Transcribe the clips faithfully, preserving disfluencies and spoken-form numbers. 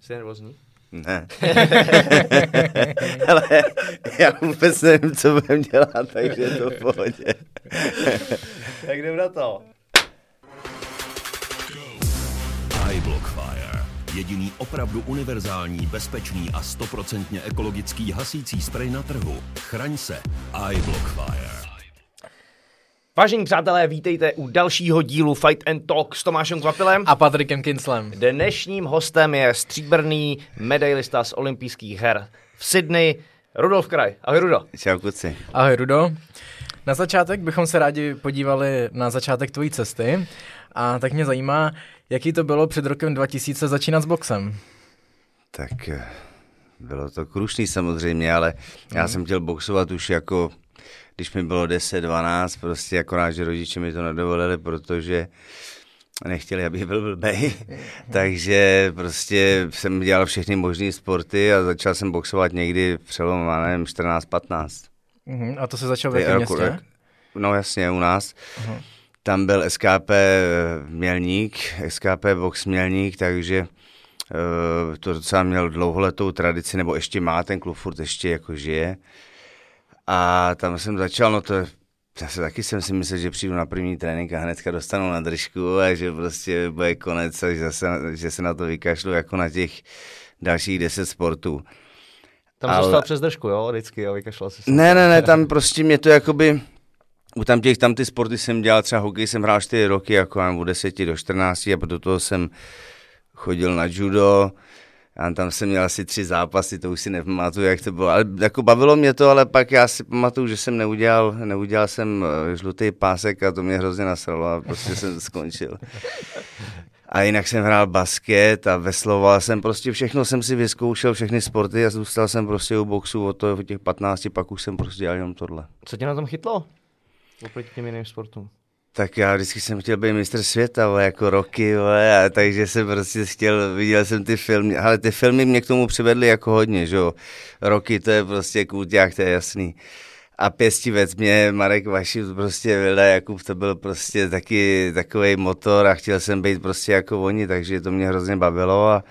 Jsi nervózní? Ne. Ale já vůbec nevím, co budem dělat, takže je to v pohodě. Tak jdem na to. iBlockFire. Jediný opravdu univerzální, bezpečný a stoprocentně ekologický hasící sprej na trhu. Chraň se. iBlockFire. Vážení přátelé, vítejte u dalšího dílu Fight and Talk s Tomášem Kvapilem a Patrikem Kinslem. Dnešním hostem je stříbrný medailista z olympijských her v Sydney, Rudolf Kraj. Ahoj, Rudo. Čau, kluci. Ahoj, Rudo. Na začátek bychom se rádi podívali na začátek tvojí cesty a tak mě zajímá, jaký to bylo před rokem dva tisíce začínat s boxem. Tak bylo to krušný samozřejmě, ale já mm. jsem chtěl boxovat už jako, když mi bylo deset dvanáct, prostě akorát, že rodiče mi to nedovolili, protože nechtěli, abych byl blbej. Takže prostě jsem dělal všechny možné sporty a začal jsem boxovat někdy přelom, nevím, čtrnáct patnáct. Mm, a to se začal v jakém městě? No jasně, u nás. Uh-huh. Tam byl S K P Mělník, S K P Box Mělník, takže uh, to docela měl dlouholetou tradici, nebo ještě má, ten klub furt ještě jako žije. A tam jsem začal, no to zase taky jsem si myslel, že přijdu na první trénink a hnedka dostanu na držku a že prostě bude konec a že, zase, že se na to vykašlu jako na těch dalších deset sportů. Tam ale... zůstal přes držku, jo, vždycky, jo, vykašlal se. Ne, ne, ne, tam prostě mě to jakoby, u tam těch, tam ty sporty jsem dělal, třeba hokej jsem hrál čtyři roky, jako od deseti do čtrnácti a do toho jsem chodil na judo. A tam jsem měl asi tři zápasy, to už si nepamatuju, jak to bylo. Ale jako bavilo mě to, ale pak já si pamatuju, že jsem neudělal, neudělal jsem žlutý pásek a to mě hrozně nasralo a prostě jsem skončil. A jinak jsem hrál basket a vesloval jsem, prostě všechno jsem si vyzkoušel, všechny sporty a zůstal jsem prostě u boxu od toho, od těch patnácti, pak už jsem prostě dělal jenom tohle. Co tě na tom chytlo? Oproti těm jiným sportům. Tak já vždycky jsem chtěl být mistr světa, vole, jako roky, vole, a takže jsem prostě chtěl, viděl jsem ty filmy, ale ty filmy mě k tomu přivedly jako hodně, že jo. Roky, to je prostě kulťák, to je jasný. A pěstivec mě, Marek Vaši, prostě Vilda Jakub, to byl prostě taky takovej motor a chtěl jsem být prostě jako oni, takže to mě hrozně bavilo a,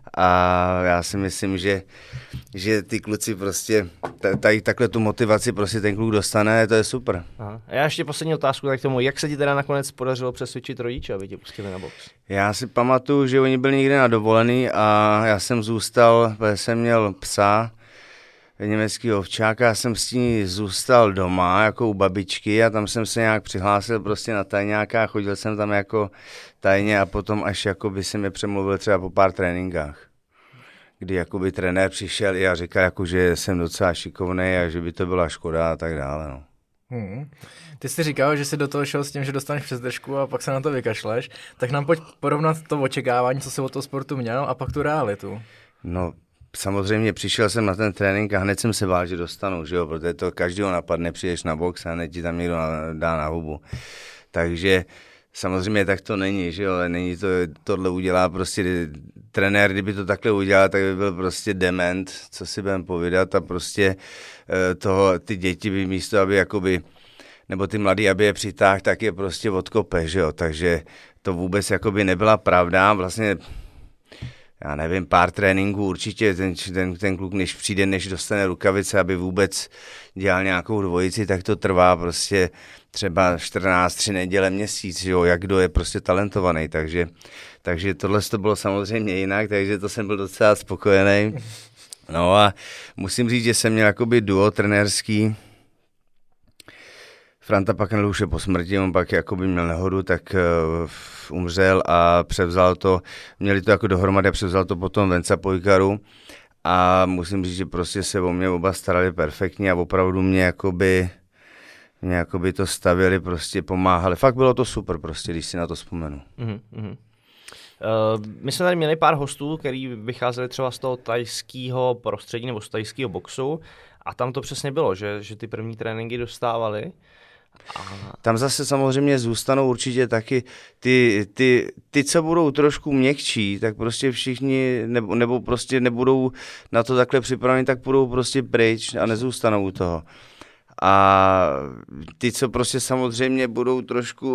a já si myslím, že, že ty kluci prostě, tady takhle tu motivaci prostě ten kluk dostane, to je super. Aha. A já ještě poslední otázku tak k tomu, jak se ti teda nakonec podařilo přesvědčit rodiče, aby tě pustili na box? Já si pamatuju, že oni byli někde na dovolený a já jsem zůstal, protože jsem měl psa, německý ovčák, já jsem s ní zůstal doma, jako u babičky a tam jsem se nějak přihlásil prostě na tajňáka a chodil jsem tam jako tajně a potom až jakoby jsem je přemluvil třeba po pár tréninkách, kdy jakoby trenér přišel a říkal, jako, že jsem docela šikovnej a že by to byla škoda a tak dále. No. Hmm. Ty jsi říkal, že jsi do toho šel s tím, že dostaneš přes držku a pak se na to vykašleš, tak nám pojď porovnat to očekávání, co jsi od toho sportu měl a pak tu realitu. No, samozřejmě přišel jsem na ten trénink a hned jsem se bál, že dostanu, že jo, protože to každého napadne, přijdeš na box a hned ti tam někdo dá na hubu. Takže samozřejmě tak to není, že jo, ale není to, tohle udělá prostě trenér, kdyby to takhle udělal, tak by byl prostě dement, co si budeme povídat a prostě toho, ty děti by místo, aby jakoby, nebo ty mladí, aby je přitáhl, tak je prostě odkope, že jo, takže to vůbec jakoby nebyla pravda, vlastně já nevím, pár tréninků určitě, ten, ten, ten kluk, než přijde, než dostane rukavice, aby vůbec dělal nějakou dvojici, tak to trvá prostě třeba čtrnáct, tři neděle, měsíc, jo, jak kdo je prostě talentovaný, takže, takže tohle to bylo samozřejmě jinak, takže to jsem byl docela spokojený. No a musím říct, že jsem měl jakoby duo trenérský. Franta Paknel už je po smrti, on pak jakoby měl nehodu, tak uh, umřel a převzal to, měli to jako dohromady a převzal to potom Venca Pojkaru a musím říct, že prostě se o mě oba starali perfektně a opravdu mě jakoby, mě jakoby to stavěli, prostě pomáhali. Fakt bylo to super prostě, když si na to vzpomenu. Mm-hmm. Uh, my jsme tady měli pár hostů, který vycházeli třeba z toho tajského prostředí nebo z tajského boxu a tam to přesně bylo, že, že ty první tréninky dostávali. A... Tam zase samozřejmě zůstanou určitě taky ty, ty, ty, co budou trošku měkčí, tak prostě všichni, nebo, nebo prostě nebudou na to takhle připraveni, tak budou prostě pryč a nezůstanou u toho. A ty, co prostě samozřejmě budou trošku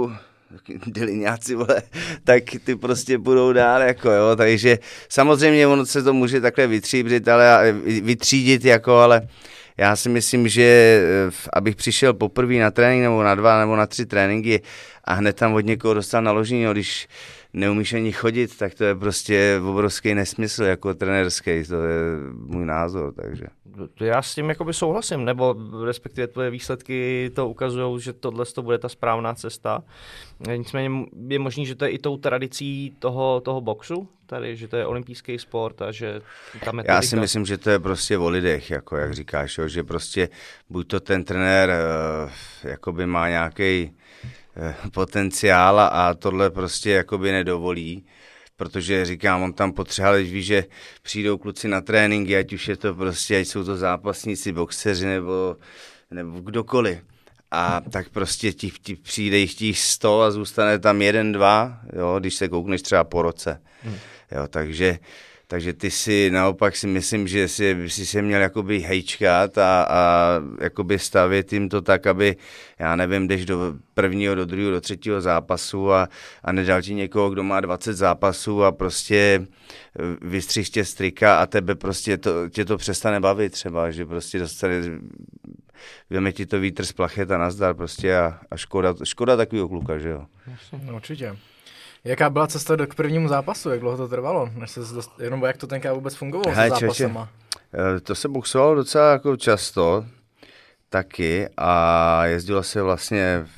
dyliňáci, vole, tak ty prostě budou dál, jako jo, takže samozřejmě ono se to může takhle vytříbit, ale vytřídit, jako, ale já si myslím, že abych přišel poprvé na trénink nebo na dva nebo na tři tréninky a hned tam od někoho dostal naložení, no, když neumíš ani chodit, tak to je prostě obrovský nesmysl jako trenérský, to je můj názor, takže. Já s tím jakoby souhlasím, nebo respektive tvoje výsledky to ukazují, že tohle to bude ta správná cesta. Nicméně je možný, že to je i tou tradicí toho, toho boxu, tady, že to je olympijský sport a že ta metodika... Já si myslím, že to je prostě o lidech, jako jak říkáš, jo, že prostě buď to ten trenér uh, jakoby má nějaký uh, potenciál a tohle prostě jakoby nedovolí, protože říkám, on tam potřeboval, když ví, že přijdou kluci na tréninky, ať už je to prostě, ať jsou to zápasníci, boxeři nebo, nebo kdokoliv. A tak prostě ti, ti přijde jich těch sto a zůstane tam jeden, dva, jo, když se koukneš třeba po roce. Hmm. Jo, takže, takže ty si naopak si myslím, že si, si se měl jakoby hejčkat a, a jakoby stavět jim to tak, aby, já nevím, jdeš do prvního, do druhého, do třetího zápasu a, a nedal ti někoho, kdo má dvacet zápasů a prostě vystřih tě strika a tebe prostě to, tě to přestane bavit třeba, že prostě dostane, veme ti to vítr z plachet a nazdar prostě a, a škoda, škoda takového kluka, že jo. No, určitě. Jaká byla cesta do k prvnímu zápasu? Jak dlouho to trvalo? Než se dost... Jenom jak to tenkrát vůbec fungovalo se zápasama? To se boxovalo docela jako často taky a jezdilo se vlastně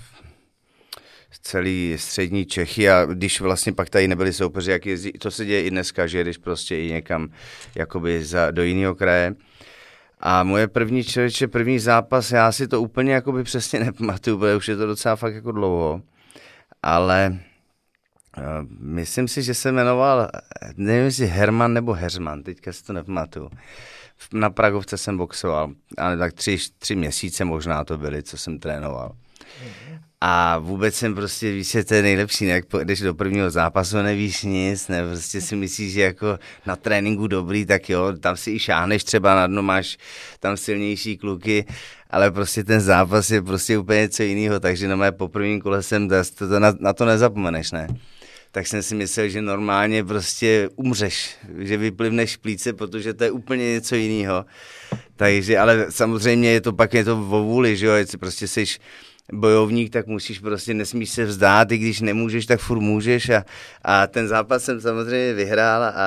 v celý střední Čechy a když vlastně pak tady nebyli soupeři, jak jezdí, to se děje i dneska, že jdeš prostě i někam jakoby za, do jiného kraje. A moje první člověče, první zápas, já si to úplně jakoby přesně nepamatuju, protože už je to docela fakt jako dlouho, ale myslím si, že se jmenoval, nevím jestli Herman nebo Heřman, teďka si to nepamatuju. Na Pragovce jsem boxoval, ale tak tři, tři měsíce možná to byly, co jsem trénoval. A vůbec jsem prostě, víš, že to je nejlepší, ne? Jak jdeš do prvního zápasu, nevíš nic, ne? Prostě si myslíš, že jako na tréninku dobrý, tak jo, tam si i šáhneš třeba na dno, máš tam silnější kluky, ale prostě ten zápas je prostě úplně něco jiného, takže na mé po prvním kole jsem, to, to, na, na to nezapomeneš, ne? Tak jsem si myslel, že normálně prostě umřeš, že vyplivneš plíce, protože to je úplně něco jiného. Takže, ale samozřejmě je to pak je to o vůli, že jo, jestli prostě seš bojovník, tak musíš prostě, nesmíš se vzdát, i když nemůžeš, tak furt můžeš a, a ten zápas jsem samozřejmě vyhrál a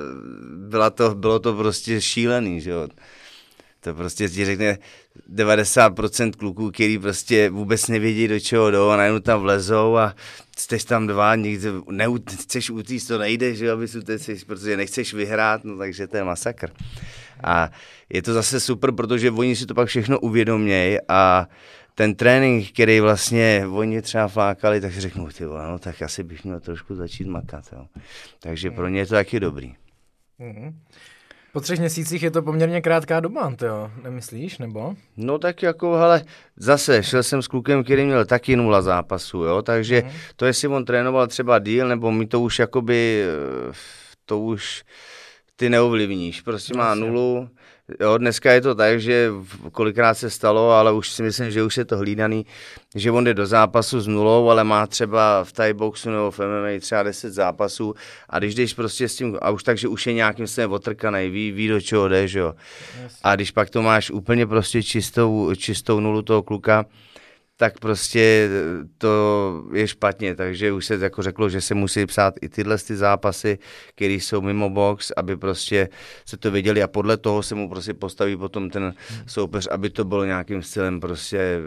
byla to, bylo to prostě šílený, že jo. To prostě ti řekne devadesát procent kluků, který prostě vůbec nevědí, do čeho jdou a najednou tam vlezou a jsteš tam dva, někde neut, chceš utíct, to nejde, že jo, abys uteceš, protože nechceš vyhrát, no takže to je masakr. A je to zase super, protože oni si to pak všechno uvědomějí a ten trénink, který vlastně oni třeba flákali, tak si řeknou, ty vole, no tak asi bych měl trošku začít makat, jo. Takže pro ně je to taky dobrý. Mm-hmm. Po třech měsících je to poměrně krátká doba, jo, nemyslíš, nebo? No tak jako, hele, zase šel jsem s klukem, který měl taky nula zápasů, jo, takže mm. to, jestli on trénoval třeba díl, nebo mi to už jakoby, to už ty neovlivníš, prostě má Jasně. nulu. Jo, dneska je to tak, že kolikrát se stalo, ale už si myslím, že už je to hlídaný, že on jde do zápasu s nulou, ale má třeba v Thai boxu nebo v M M A třeba deset zápasů a když jdeš prostě s tím, a už tak, že už je nějakým stylem otrkanej, ví, ví do čeho jdeš, jo. Yes. A když pak to máš úplně prostě čistou, čistou nulu toho kluka, tak prostě to je špatně, takže už se jako řeklo, že se musí psát i tyhle ty zápasy, které jsou mimo box, aby prostě se to věděli a podle toho se mu prostě postaví potom ten soupeř, aby to bylo nějakým stylem prostě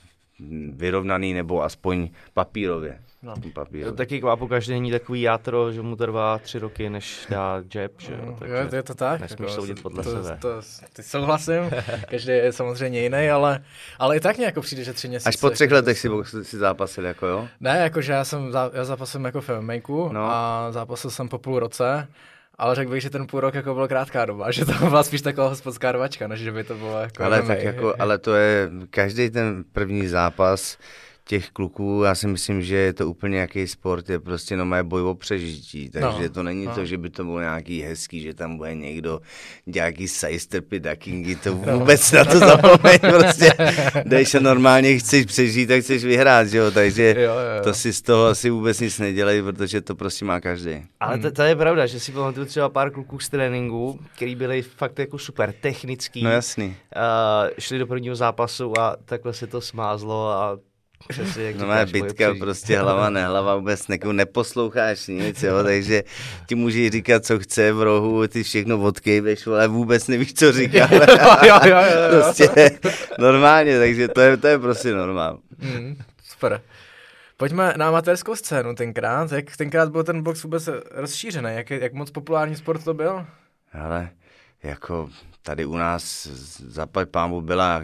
vyrovnaný nebo aspoň papírově. No. Papírově. Taky kvápu každý není takový játro, že mu trvá tři roky, než dá jab, že jo, takže jo, je to tak. Nesmíš jako, soudit podle to, sebe. To, to, ty souhlasím, každý je samozřejmě jiný, ale, ale i tak nějak přijde, že tři měsíce. Až po třech letech si, si zápasil, jako jo? Ne, jakože já jsem, já zápasil jako v M M A no. a zápasil jsem po půl roce. Ale řekl bych, že ten půl rok jako byl krátká doba, že to byla spíš taková hospodská rvačka, než že by to bylo jako... Ale, tak jako, ale to je každý ten první zápas, těch kluků, já si myslím, že je to úplně nějaký sport, je prostě no mé boj o přežití, takže no, to není no. to, že by to bylo nějaký hezký, že tam bude někdo nějaký sajstrpy, duckingy, to vůbec no. na to zapomeň, prostě když se normálně chceš přežít, tak chceš vyhrát, že jo, takže jo, jo, jo. to si z toho asi vůbec nic nedělej, protože to prostě má každý. Ale to, to je pravda, že si pamatuju třeba pár kluků z tréninku, který byli fakt jako super technický. No jasný. Uh, šli do prvního zápasu a takhle se to smázlo a přesně, jak no má bitka, prostě hlava nehlava, vůbec nekou neposloucháš nic, jo, takže ti můžeš říkat, co chce v rohu, ty všechno odkejveš, ale vůbec nevíš, co říká. jo, jo, jo, jo. Prostě normálně, takže to je, to je prostě normál. Mm, super. Pojďme na amatérskou scénu tenkrát. Jak tenkrát byl ten box vůbec rozšířený? Jak, jak moc populární sport to byl? Ale jako tady u nás zaplať pámu byla...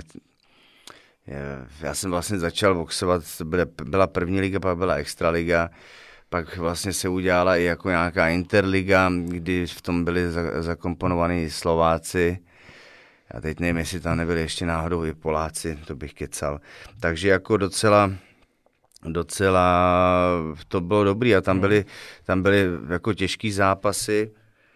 Já jsem vlastně začal boxovat, byla první liga, pak byla extraliga, pak vlastně se udělala i jako nějaká interliga, kdy v tom byli zakomponovaní Slováci. Já teď nevím, jestli tam nebyli ještě náhodou i Poláci, to bych kecal. Takže jako docela, docela to bylo dobrý a tam byly, tam byly jako těžký zápasy.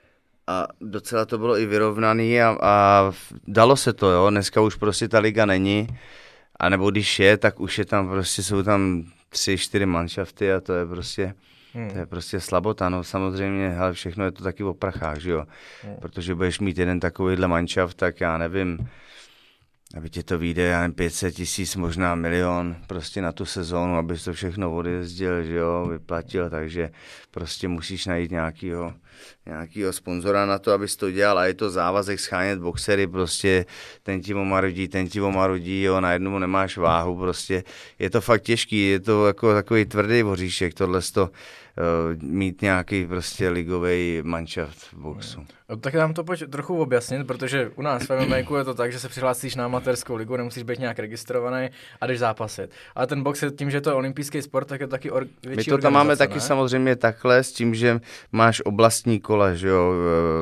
A docela to bylo i vyrovnaný a, a dalo se to, jo. Dneska už prostě ta liga není. A nebo když je, tak už je tam prostě, jsou tam tři, čtyři manšafty a to je prostě, hmm. to je prostě slabota. No samozřejmě, hele, všechno je to taky o prachách, že jo. Hmm. Protože budeš mít jeden takovýhle manšaft, tak já nevím, aby ti to vyjde, já nevím, pět set tisíc, možná milion prostě na tu sezónu, abys to všechno odjezdil, že jo, vyplatil, takže prostě musíš najít nějakýho, nějakýho sponzora na to, abys to dělal a je to závazek schánět boxery, prostě ten ti omarudí, ten ti omarudí, jo, na jednomu nemáš váhu, prostě je to fakt těžký, je to jako takový tvrdý voříšek, tohleto uh, mít nějaký prostě ligový manšaft v boxu. No, tak nám to pojď trochu objasnit, protože u nás v M M A je to tak, že se přihlásíš na amatérskou ligu, nemusíš být nějak registrovaný a jdeš zápasit. Ale ten box je tím, že to je olympijský sport, tak je to taky or- větší My to tam máme taky ne? samozřejmě takhle, s tím, že máš oblastní kola, že jo,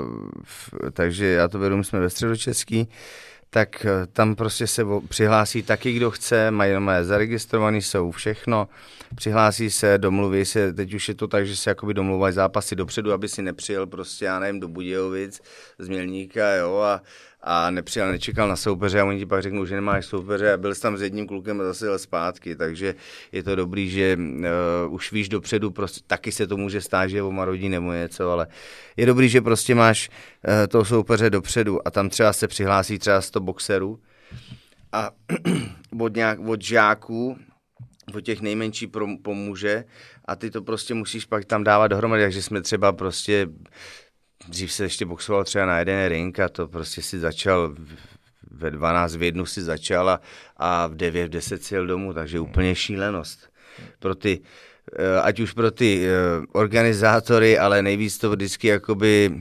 takže já to vedu, my jsme ve Středočeský, tak tam prostě se přihlásí taky, kdo chce, mají normálně zaregistrovaný, jsou všechno, přihlásí se, domluví se, teď už je to tak, že se jakoby domluvají zápasy dopředu, aby si nepřijel prostě, já nevím, do Budějovic z Mělníka, jo, a, a nepřijel, nečekal na soupeře a oni ti pak řeknou, že nemáš soupeře a byl jsi tam s jedním klukem a zase jel zpátky, takže je to dobrý, že uh, už víš dopředu, prostě, taky se to může stát, že omarodí nebo něco, ale je dobrý, že prostě máš uh, toho soupeře dopředu a tam třeba se přihlásí třeba sto boxerů a od, nějak, od žáků, od těch nejmenší pomůže a ty to prostě musíš pak tam dávat dohromady, takže jsme třeba prostě, dřív se ještě boxoval třeba na jeden ring a to prostě si začal ve dvanáct v jednu si začal a, a v devět, v deset si jel domů, takže úplně šílenost. Pro ty, ať už pro ty organizátory, ale nejvíc to vždycky jakoby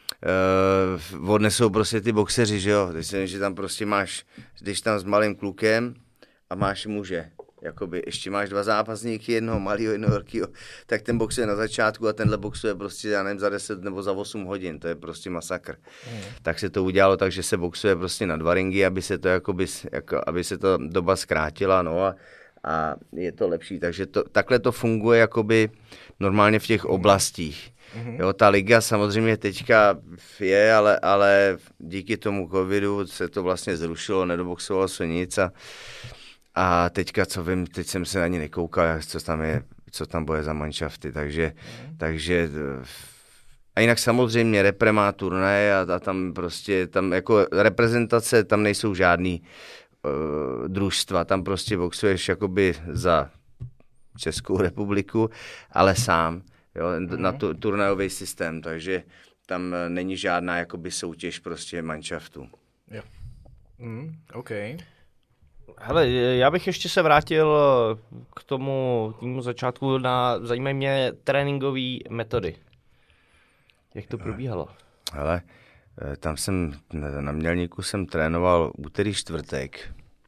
uh, odnesou prostě ty boxeři, že jo, teď že tam prostě máš, když tam s malým klukem a máš muže, jakoby ještě máš dva zápasníky, jednoho malého, jednoho velkého, tak ten boxuje na začátku a tenhle boxuje prostě, já nevím, za deset nebo za osm hodin, to je prostě masakr. Mm. Tak se to udělalo tak, že se boxuje prostě na dva ringy, aby se to jakoby, jako, aby se to doba zkrátila, no a, a je to lepší, takže to, takhle to funguje jakoby normálně v těch oblastích. Mm-hmm. Jo, ta liga samozřejmě teďka je, ale, ale díky tomu covidu se to vlastně zrušilo, nedoboxovalo se nic a A teďka, co vím, teď jsem se ani nekoukal, co tam je, co tam bude za manšafty, takže, mm. takže a jinak samozřejmě repre má turnaje a, a tam prostě, tam jako reprezentace, tam nejsou žádný uh, družstva, tam prostě boxuješ jakoby za Českou republiku, ale sám, jo, mm. na tu, turnajový systém, takže tam není žádná jakoby soutěž prostě manšaftu. Jo. Mm, OK. Hele, já bych ještě se vrátil k tomu, k tomu začátku, na, zajímají mě tréninkové metody. Jak to probíhalo? Hele, tam jsem, na Mělníku jsem trénoval úterý, čtvrtek.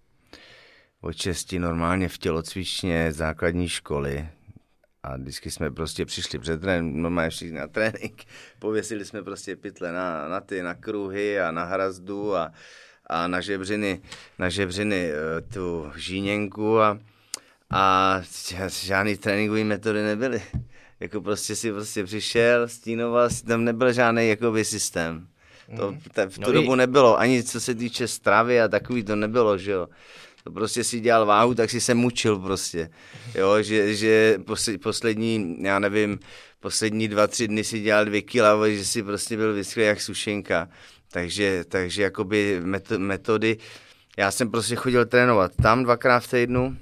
Od šesti normálně v tělocvičně základní školy. A vždycky jsme prostě přišli před trénink, normálně všichni na trénink. Pověsili jsme prostě pytle na, na ty, na kruhy a na hrazdu a a na žebřiny, na žebřiny tu žíněnku a, a žádný tréninkový metody nebyly. Jako prostě si prostě přišel, stínoval, tam nebyl žádný jakoby systém. To t- v tu no dobu i... nebylo, ani co se týče stravy a takový to nebylo, že jo. To prostě si dělal váhu, tak si se mučil prostě, jo, že, že poslední, já nevím, poslední dva, tři dny si dělal dvě kila, že si prostě byl vyschlý jak sušenka. Takže, takže jakoby metody, já jsem prostě chodil trénovat tam dvakrát v týdnu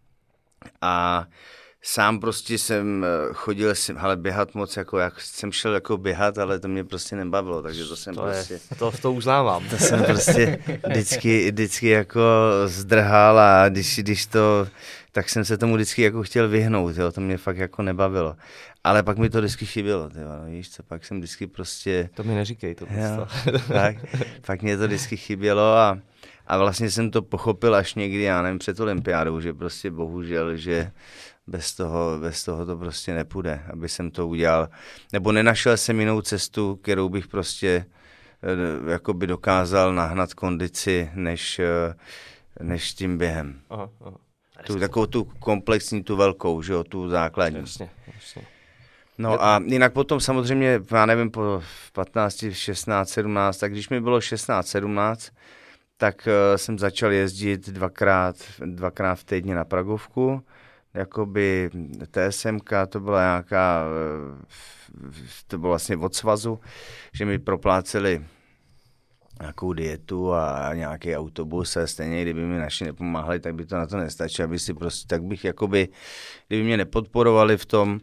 a sám prostě jsem chodil, jsem, ale běhat moc, jako jak jsem šel jako běhat, ale to mě prostě nebavilo, takže to jsem to prostě... Je, to, to uznávám. To jsem prostě vždycky, vždycky jako zdrhal a když, když to, tak jsem se tomu vždycky jako chtěl vyhnout, jo, to mě fakt jako nebavilo. Ale pak mi to vždycky chybělo, tyjo, no, víš co, pak jsem vždycky prostě... To mi neříkej, to jo, tak, pak mě to vždycky chybělo a, a vlastně jsem to pochopil až někdy, já nevím, před olympiádou, že prostě bohužel, že bez toho, bez toho to prostě nepůjde, aby jsem to udělal. Nebo nenašel jsem jinou cestu, kterou bych prostě jako by dokázal nahnat kondici, než, než tím během. Aha, aha. Tu, takovou tu komplexní, tu velkou, že jo, tu základní. Jasně, jasně. No a jinak potom samozřejmě, já nevím, po patnáct, šestnáct, sedmnáct, tak když mi bylo šestnáct, sedmnáct, tak uh, jsem začal jezdit dvakrát, dvakrát v týdně na Pragovku. Jakoby TSMka, to byla nějaká, to bylo vlastně od svazu, že mi propláceli nějakou dietu a nějaký autobus a stejně, kdyby mi naši nepomáhali, tak by to na to nestačilo, aby si prostě, tak bych jakoby, kdyby mě nepodporovali v tom,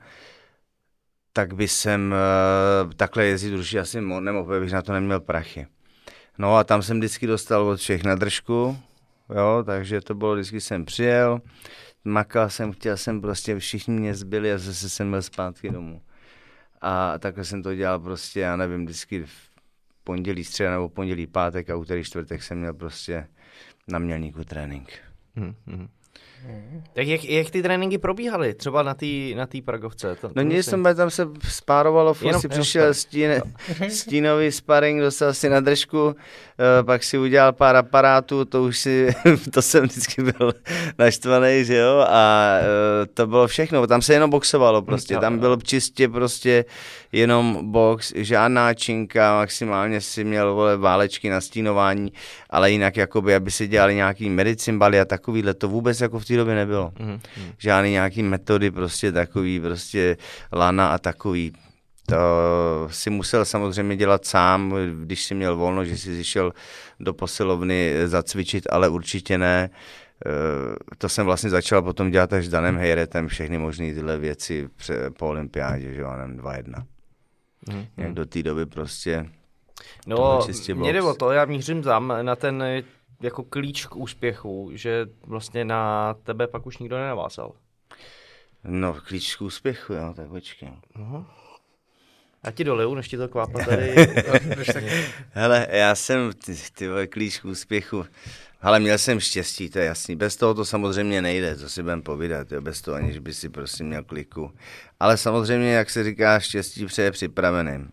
tak by jsem uh, takhle jezdit určitě asi nemohl, protože bych na to neměl prachy. No a tam jsem vždycky dostal od všech na držku, jo, takže to bylo, vždycky jsem přijel, makal jsem, chtěl jsem prostě, všichni mě zbyli a zase jsem byl zpátky domů. A takhle jsem to dělal prostě, já nevím, vždycky v pondělí, středa nebo pondělí, pátek a úterý, čtvrtek jsem měl prostě na Mělníku trénink. Hmm, hmm. Tak jak, jak ty tréninky probíhaly? Třeba na té na tý Pragovce? To, to no nic, jsem, tam se spárovalo, jenom, si přišel jenom stín, stínový sparring, dostal si na držku, uh, pak si udělal pár aparátů, to už si, to jsem vždycky byl naštvaný, že jo, a uh, to bylo všechno, tam se jenom boxovalo prostě, tam byl čistě prostě jenom box, žádná činka, maximálně si měl, vole, válečky na stínování, ale jinak jakoby, aby si dělali nějaký medicimbaly a takovýhle, to vůbec jako v té době nebylo. Mm-hmm. Žádný nějaký metody, prostě takový, prostě lana a takový. To si musel samozřejmě dělat sám, když si měl volno, že si šel do posilovny zacvičit, ale určitě ne. To jsem vlastně začal potom dělat až s Danem Hejretem, všechny možné tyhle věci po olympiádě, že jo, dva jedna. Mm-hmm. Jak do té doby prostě... No, mě jde o to, já mířím tam na ten jako klíč k úspěchu, že vlastně na tebe pak už nikdo nenavázal. No, klíč k úspěchu, jo, tak počkej. Uh-huh. Já ti doliju, než ti to kvápa tady. Hele, já jsem, ty, ty vole, klíč k úspěchu, ale měl jsem štěstí, to je jasný. Bez toho to samozřejmě nejde, co si budem povídat, jo, bez toho, aniž by si prostě měl kliku. Ale samozřejmě, jak se říká, štěstí přeje připraveným.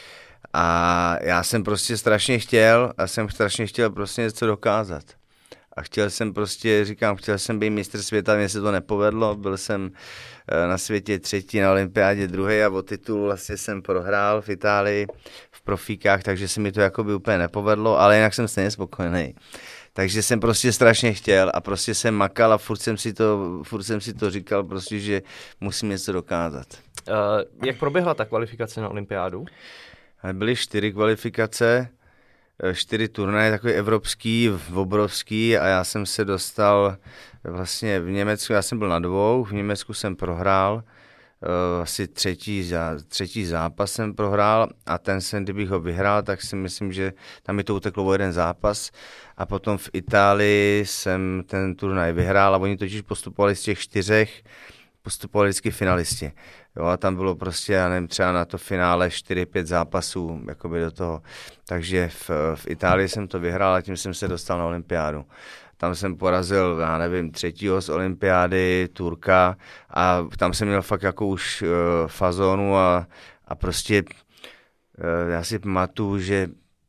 A já jsem prostě strašně chtěl, a jsem strašně chtěl prostě něco dokázat. A chtěl jsem prostě, říkám, chtěl jsem být mistr světa, mně se to nepovedlo, byl jsem na světě třetí, na olympiádě druhý a o titul vlastně jsem prohrál v Itálii v profíkách, takže se mi to jakoby úplně nepovedlo, ale jinak jsem stejně spokojený. Takže jsem prostě strašně chtěl a prostě jsem makal a furt jsem si to, furt jsem si to říkal prostě, že musím něco dokázat. Uh, jak proběhla ta kvalifikace na olympiádu? Byly čtyři kvalifikace, čtyři turnaje, takový evropský, obrovský a já jsem se dostal vlastně v Německu, já jsem byl na dvou, v Německu jsem prohrál, asi třetí, třetí zápas jsem prohrál a ten jsem, kdybych ho vyhrál, tak si myslím, že tam mi to uteklo o jeden zápas a potom v Itálii jsem ten turnaj vyhrál a oni totiž postupovali z těch čtyřech, postupovali vždycky finalisti. Jo, a tam bylo prostě, já nevím, třeba na to finále čtyři pět zápasů jakoby do toho. Takže v, v Itálii jsem to vyhrál a tím jsem se dostal na olympiádu. Tam jsem porazil, já nevím, třetího z olympiády, Turka a tam jsem měl fakt jako už uh, fazonu a, a prostě uh, já si pamatuju, že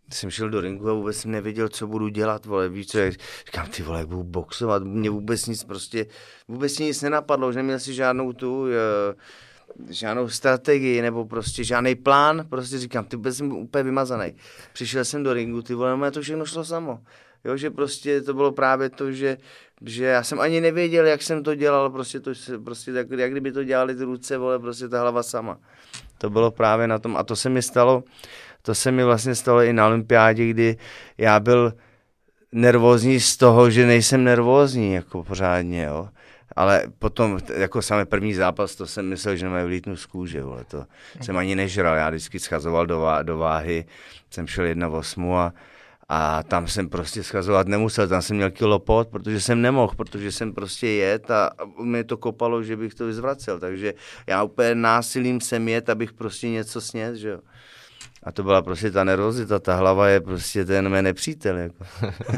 jsem šel do ringu a vůbec jsem nevěděl, co budu dělat, vole, víš co, jak, říkám, ty vole, jak budu boxovat, mě vůbec nic prostě, vůbec nic nenapadlo, že neměl si žádnou tu, žádnou strategii, nebo prostě žádný plán, prostě říkám, ty vůbec jsem úplně vymazaný. Přišel jsem do ringu, ty vole, mě to všechno šlo samo. Jo, že prostě to bylo právě to, že, že já jsem ani nevěděl, jak jsem to dělal, prostě to, prostě tak, jak kdyby to dělali ty ruce, vole, prostě ta hlava sama. To bylo právě na tom a to se mi stalo, to se mi vlastně stalo i na olympiádě, kdy já byl nervózní z toho, že nejsem nervózní, jako pořádně, jo. Ale potom, jako samý první zápas, to jsem myslel, že nemají vlítnout z kůže, vole, to jsem ani nežral, já vždycky schazoval do, vá, do váhy, jsem šel jedna osm a A tam jsem prostě schazovat nemusel, tam jsem měl kilo pot, protože jsem nemohl, protože jsem prostě jet a mě to kopalo, že bych to vyzvracel, takže já úplně násilím jsem jet, abych prostě něco snědl, že jo. A to byla prostě ta nervozita, ta hlava je prostě ten mé nepřítel, jako.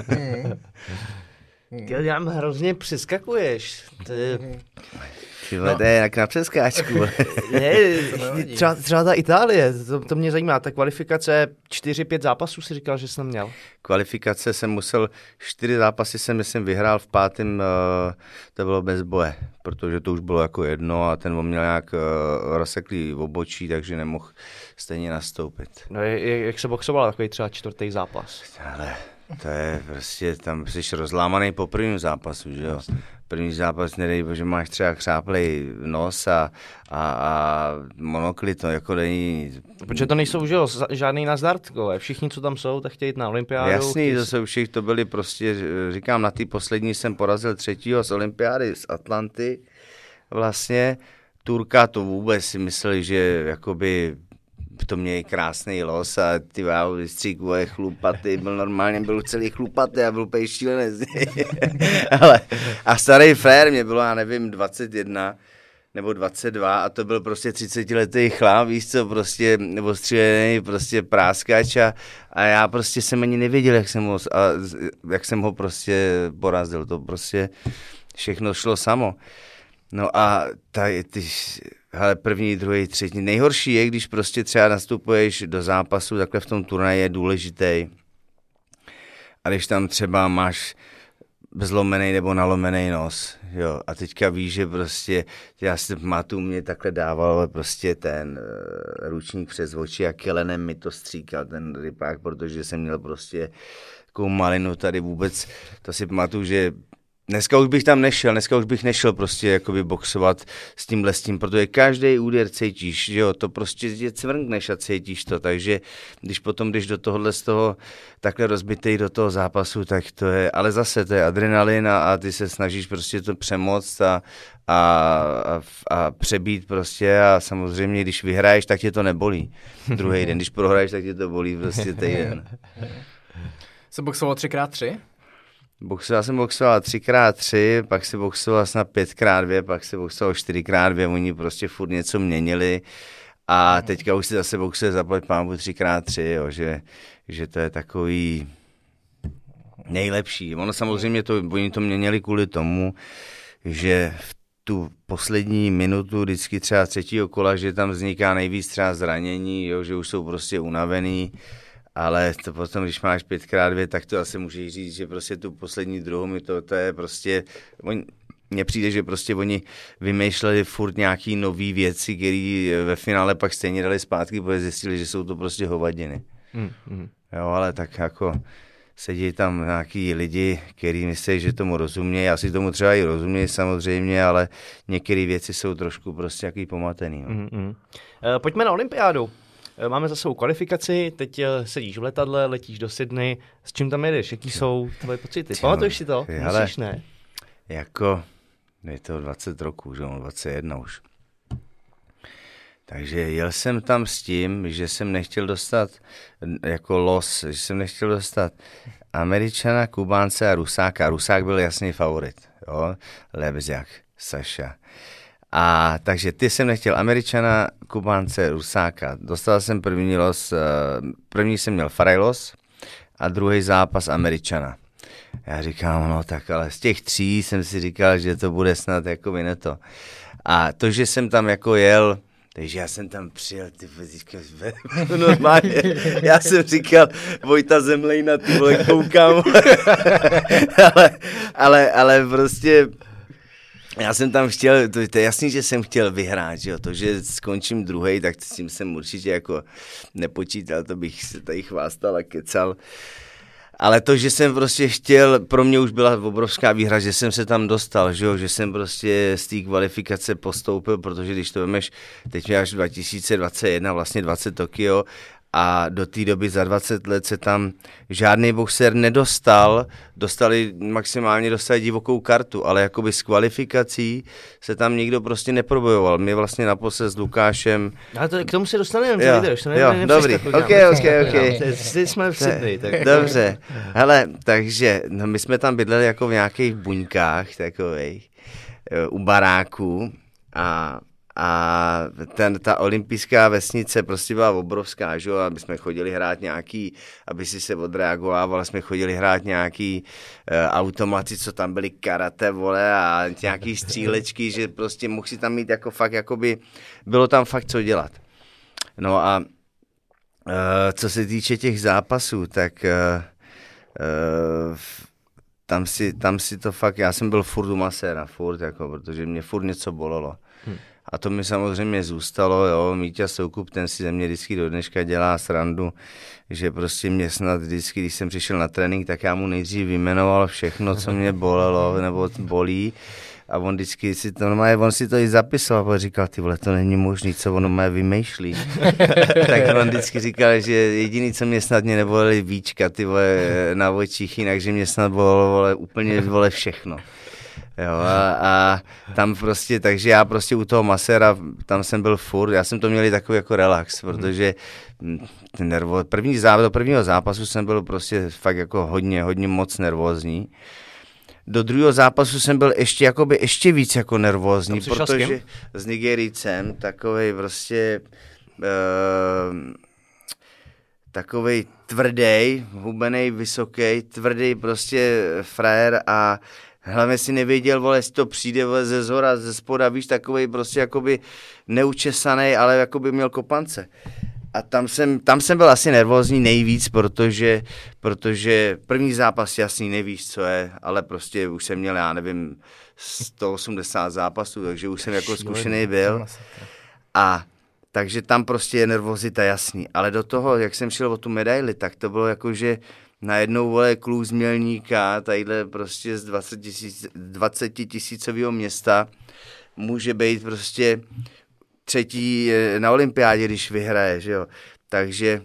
Ty nám hrozně přeskakuješ. To je... Ty vole, no. To je jak na přeskáčku. Ne, třeba, třeba ta Itálie, to, to mě zajímá, ta kvalifikace čtyři pět zápasů si říkal, že jsem měl. Kvalifikace jsem musel, čtyři zápasy jsem myslím vyhrál, v pátém uh, to bylo bez boje, protože to už bylo jako jedno a ten on měl nějak uh, rozseklý obočí, takže nemohl stejně nastoupit. No jak se boxoval takový třeba čtvrtý zápas? Ale to je prostě, tam jsi rozlámaný po prvním zápasu, že jo. První zápas, nedej, že máš třeba chřáplej nos a, a, a monokly, to jako není... Protože to nejsou, že jo, žádný nazdartkové. Všichni, co tam jsou, tak chtějí jít na olympiádu. Jasný, to jsou všichni, to byli prostě, říkám, na ty poslední jsem porazil třetího z olympiády z Atlanty. Vlastně Turka to vůbec si mysleli, že jakoby to měl krásný los a ty váhu vystříkové chlupatý, byl normálně, byl celý chlupatý a byl úplně šílený. Ale, a starý frér, mě bylo, já nevím, dvacet jedna nebo dvacet dva a to byl prostě třicetiletý chlap, víš co, prostě ostřílený, prostě práskač a, a já prostě jsem ani nevěděl, jak jsem ho, a, jak jsem ho prostě porazil, to prostě všechno šlo samo. No a tady ty... Ale první, druhý, třetí. Nejhorší je, když prostě třeba nastupuješ do zápasu, takhle v tom turnaji je důležitý. A když tam třeba máš zlomený nebo nalomený nos, jo, a teďka víš, že prostě, já si pamatuju, mě takhle dával prostě ten uh, ručník přes oči a kelenem mi to stříkal, ten rypák, protože jsem měl prostě takovou malinu tady vůbec, to si pamatuju, že dneska už bych tam nešel, dneska už bych nešel prostě jakoby boxovat s tímhle s tím, protože každý úder cítíš, že jo, to prostě je cvrnkneš a cítíš to, takže když potom jdeš do tohohle z toho takhle rozbitej do toho zápasu, tak to je, ale zase to je adrenalin a, a ty se snažíš prostě to přemoct a, a, a, a přebít prostě a samozřejmě, když vyhraješ, tak tě to nebolí. Druhý den, když prohraješ, tak tě to bolí prostě týden. Jsi boxoval tři krát tři? Boxoval jsem boxoval tři krát tři, pak se boxoval snad pět krát dvě, pak se boxoval čtyři krát dvě, oni prostě furt něco měnili a teďka už se zase boxuje zaplať pámbu tři krát tři, jo, že, že to je takový nejlepší. Ono samozřejmě to, oni to měnili kvůli tomu, že v tu poslední minutu vždycky třeba třetího kola, že tam vzniká nejvíc třeba zranění, jo, že už jsou prostě unavený. Ale to potom, když máš pět krát dvě, tak to asi můžeš říct, že prostě tu poslední druhou, to, to je prostě, mně přijde, že prostě oni vymýšleli furt nějaký nový věci, které ve finále pak stejně dali zpátky, protože zjistili, že jsou to prostě hovadiny. Mm, mm. Jo, ale tak jako sedí tam nějaký lidi, kteří myslí, že tomu rozumějí, já si tomu třeba i rozumějí samozřejmě, ale některé věci jsou trošku prostě jaký pomatený. No. Mm, mm. E, pojďme na olympiádu. Máme za sebou kvalifikaci, teď sedíš v letadle, letíš do Sydney. S čím tam jedeš? Jaký jsou tvoje pocity? Pamatuješ si to? Ale musíš, ne? Jako, je to dvacet roků, že on dvacet jedna už. Takže jel jsem tam s tím, že jsem nechtěl dostat jako los, že jsem nechtěl dostat Američana, Kubánce a Rusáka. Rusák byl jasný favorit, jo, Lebzjak, Saša. A takže ty jsem nechtěl Američana, Kubánce, Rusáka. Dostal jsem první los, první jsem měl Farajlos a druhý zápas Američana. Já říkám, no tak ale z těch tří jsem si říkal, že to bude snad jako to. A to, že jsem tam jako jel, Takže já jsem tam přijel, ty vole, normálně, já jsem říkal, Vojta Zemlejna, ty vole, koukám, ale, ale, ale prostě, já jsem tam chtěl, to, to je jasný, že jsem chtěl vyhrát, že jo, to, že skončím druhej, tak s tím jsem určitě jako nepočítal, to bych se tady chvástal a kecal. Ale to, že jsem prostě chtěl, pro mě už byla obrovská výhra, že jsem se tam dostal, že, jo? Že jsem prostě z té kvalifikace postoupil, protože když to vemeš, teď až dva tisíce dvacet jedna, vlastně dvacet Tokio, a do té doby za dvacet let se tam žádný boxer nedostal, dostali maximálně dostali divokou kartu, ale jakoby s kvalifikací se tam nikdo prostě neprobojoval. My vlastně naposled s Lukášem... Ale to, k tomu se dostaneme, jo, to to jo, dobrý, ok, ok, ok. Teď jsme v Sydney, tak... Dobře, hele, takže no, my jsme tam bydleli jako v nějakých buňkách takových, u baráků a... A ten, ta olympijská vesnice prostě byla obrovská, že jo, aby jsme chodili hrát nějaký, aby si se odreagovával, jsme chodili hrát nějaký uh, automaty, co tam byly karate, vole, a nějaký střílečky, že prostě mohl si tam mít jako fakt, jakoby, bylo tam fakt co dělat. No a uh, co se týče těch zápasů, tak uh, uh, tam, si, tam si to fakt, já jsem byl furt u maséra, furt, jako, protože mě furt něco bolelo. Hmm. A to mi samozřejmě zůstalo, jo, Míťa Soukup, ten si ze mě vždycky do dneška dělá srandu, že prostě mě snad vždycky, když jsem přišel na trénink, tak já mu nejdřív vyjmenoval všechno, co mě bolelo nebo bolí. A on vždycky si to normálně, on si to i zapisoval a říkal, ty vole, to není možný, co on normálně vymýšlí. Tak on vždycky říkal, že jediný, co mě snad mě nebolely víčka, ty vole, na očích, jinak, že mě snad bolelo, vole, úplně, vole, všechno. Jo, a, a tam prostě, takže já prostě u toho maséra, tam jsem byl furt, já jsem to měl takový jako relax, protože ten nervo, první zápas, do prvního zápasu jsem byl prostě fakt jako hodně, hodně moc nervózní. Do druhého zápasu jsem byl ještě, jakoby ještě víc jako nervózní, protože s Nigerijcem takovej prostě uh, takovej tvrdý, hubenej, vysoký, tvrdý prostě frajer a hlavně si nevěděl, vole, jestli to přijde, vole, ze zhora, ze spoda, víš, takovej prostě jakoby neučesaný, ale jakoby měl kopance. A tam jsem, tam jsem byl asi nervózní nejvíc, protože, protože první zápas jasný nevíš, co je, ale prostě už jsem měl, já nevím, sto osmdesát zápasů, takže už jsem jako zkušený byl. A takže tam prostě je nervozita jasný. Ale do toho, jak jsem šel o tu medaili, tak to bylo jako, že najednou, vole, kluk z Mělníka, tadyhle prostě z dvacet tisícového města, může být prostě třetí na olympiádě, když vyhraje, že jo. Takže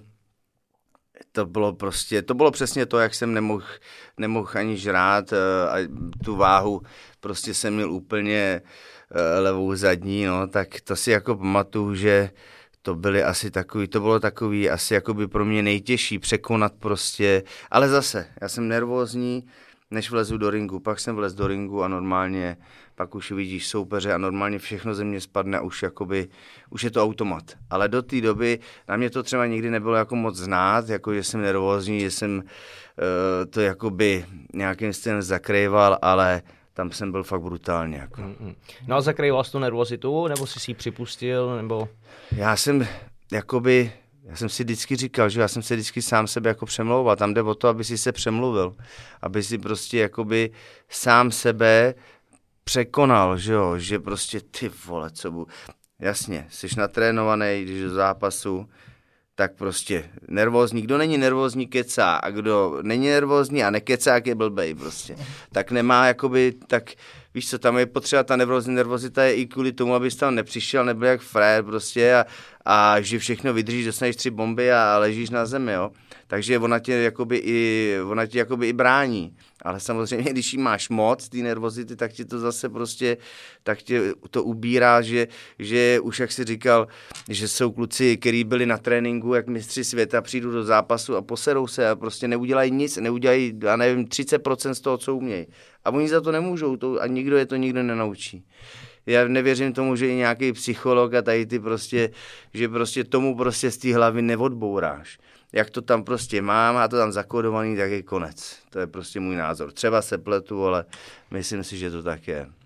to bylo prostě, to bylo přesně to, jak jsem nemohl, nemohl ani žrát a tu váhu prostě jsem měl úplně levou zadní, no, tak to si jako pamatuju, že to byly asi takový, to bylo takový asi jakoby pro mě nejtěžší překonat prostě, ale zase, já jsem nervózní, než vlezu do ringu, pak jsem vlez do ringu a normálně, pak už vidíš soupeře a normálně všechno ze mě spadne a už jakoby, už je to automat. Ale do té doby na mě to třeba nikdy nebylo jako moc znát, jako že jsem nervózní, že jsem uh, to jakoby nějakým stylem zakrýval, ale tam jsem byl fakt brutálně. Jako. No a zakrýval jsi tu nervozitu, nebo jsi si ji připustil, nebo... Já jsem jakoby, já jsem si vždycky říkal, že já jsem se vždycky sám sebe jako přemlouval. Tam jde o to, aby si se přemluvil. Aby si prostě jakoby sám sebe překonal, že jo, že prostě ty vole, co bu... Jasně, jsi natrénovaný, když do zápasu, tak prostě nervózní. Kdo není nervózní, kecá. A kdo není nervózní a nekecá, jak je blbej prostě. Tak nemá jakoby, tak víš co, tam je potřeba ta nervózní nervozita je i kvůli tomu, abys tam nepřišel, nebyl jak frajer prostě a, a že všechno vydržíš, dostaneš tři bomby a ležíš na zemi, jo. Takže ona tě jakoby i, ona tě jakoby i brání. Ale samozřejmě, když jí máš moc, ty nervozity, tak ti to zase prostě, tak tě to ubírá, že, že už jak jsi říkal, že jsou kluci, kteří byli na tréninku, jak mistři světa, přijdou do zápasu a poserou se a prostě neudělají nic, neudělají, já nevím, třicet procent z toho, co umějí. A oni za to nemůžou to, a nikdo je to nikdo nenaučí. Já nevěřím tomu, že i nějaký psycholog a tady ty prostě, že prostě tomu prostě z té hlavy neodbouráš. Jak to tam prostě mám, a to tam zakódovaný, tak je konec. To je prostě můj názor. Třeba se pletu, ale myslím si, že to tak je.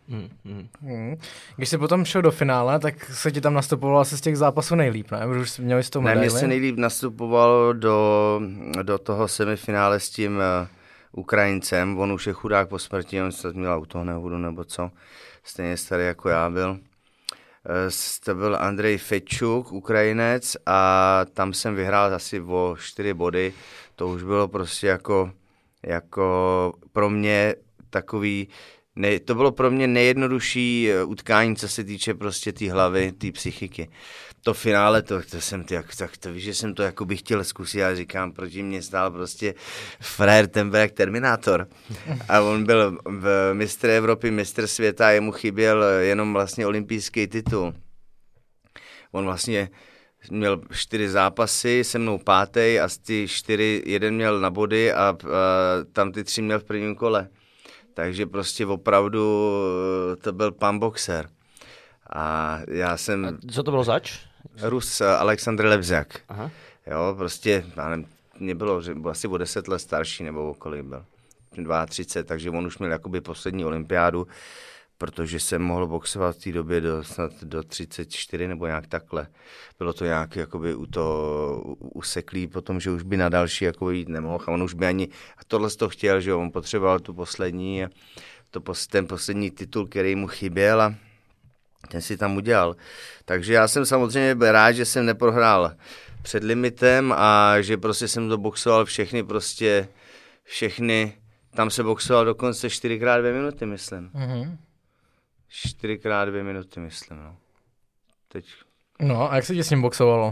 Hmm, hmm. Hmm. Když jsi potom šel do finále, tak se ti tam nastupoval asi z těch zápasů nejlíp, ne? Protože už měli s tou medaili. Ne, mně se nejlíp nastupoval do, do toho semifinále s tím uh, Ukrajincem. On už je chudák po smrti, on se měl autonehodu nebo co. Stejně starý jako já byl. Uh, to byl Andrej Fečuk, Ukrajinec, a tam jsem vyhrál asi o čtyři body. To už bylo prostě jako, jako pro mě takový... Ne, to bylo pro mě nejjednodušší utkání, co se týče prostě té tý hlavy, té psychiky. To finále, to, to jsem, jak, tak to víš, že jsem to jako bych chtěl zkusit, ale říkám, proti mě stál prostě frajer, ten byl jak Terminátor. A on byl v mistr Evropy, mistr světa, jemu chyběl jenom vlastně olympijský titul. On vlastně měl čtyři zápasy, se mnou pátej a z ty čtyři, jeden měl na body a, a tam ty tři měl v prvním kole. Takže prostě opravdu to byl pan boxer. A já jsem... A co to bylo zač? Rus Aleksandr Lebzak. Aha. Jo, prostě, já nevím, mě bylo, bylo asi o deset let starší, nebo kolik byl. třicet dva, takže on už měl jakoby poslední olympiádu, protože jsem mohl boxovat v té době do, snad do třicet čtyři nebo nějak takhle. Bylo to nějak jakoby u to useklý potom, že už by na další jakoby jít nemohl a on už by ani, a tohle to chtěl, že on potřeboval tu poslední, to, ten poslední titul, který mu chyběl a ten si tam udělal. Takže já jsem samozřejmě rád, že jsem neprohrál před limitem a že prostě jsem to boxoval všechny prostě, všechny, tam se boxoval dokonce čtyřikrát dvě minuty, myslím. Mm-hmm. Čtyřikrát dvě minuty, myslím, no. Teď. No, a jak se ti s ním boxovalo?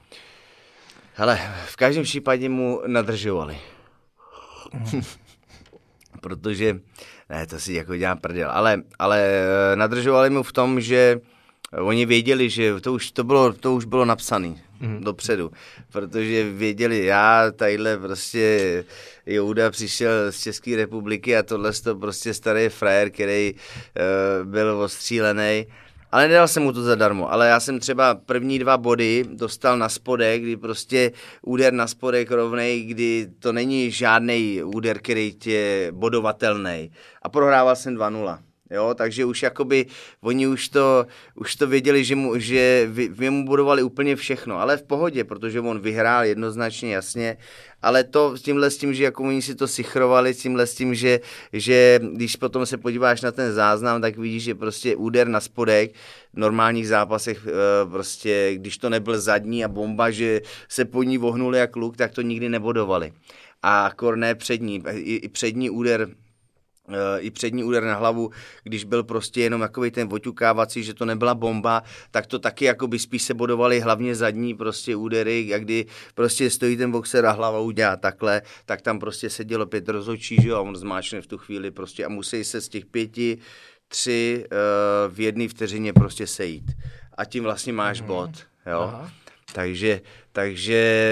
Hele, v každém případě mu nadržovali. Mm. Protože, ne, to si jako dělám prdel, ale, ale nadržovali mu v tom, že oni věděli, že to už, to bylo, to už bylo napsané mm. dopředu, protože věděli, já tadyhle prostě Jouda přišel z České republiky a tohle to prostě starý frajer, který uh, byl ostřílený, ale nedal jsem mu to zadarmo, ale já jsem třeba první dva body dostal na spodek, kdy prostě úder na spodek rovnej, kdy to není žádný úder, který je bodovatelný. A prohrával jsem dva nula. Jo, takže už jakoby, oni už to, už to věděli, že mu, že vy, vy mu budovali úplně všechno, ale v pohodě, protože on vyhrál jednoznačně, jasně, ale to s tímhle s tím, že jako oni si to sichrovali, s tímhle s tím, že, že když potom se podíváš na ten záznam, tak vidíš, že prostě úder na spodek v normálních zápasech, prostě, když to nebyl zadní a bomba, že se po ní vohnuli jak luk, tak to nikdy nebodovali. A korné přední, i, i přední úder, i přední úder na hlavu, když byl prostě jenom jakoby ten oťukávací, že to nebyla bomba, tak to taky jakoby spíš se bodovali hlavně zadní prostě údery, a kdy prostě stojí ten boxer a hlava udělá takhle, tak tam prostě sedělo pět rozhodčí, že jo, a on zmáčne v tu chvíli prostě a musí se z těch pěti, tři uh, v jedné vteřině prostě sejít. A tím vlastně máš mm. bod, jo. Aha. Takže, takže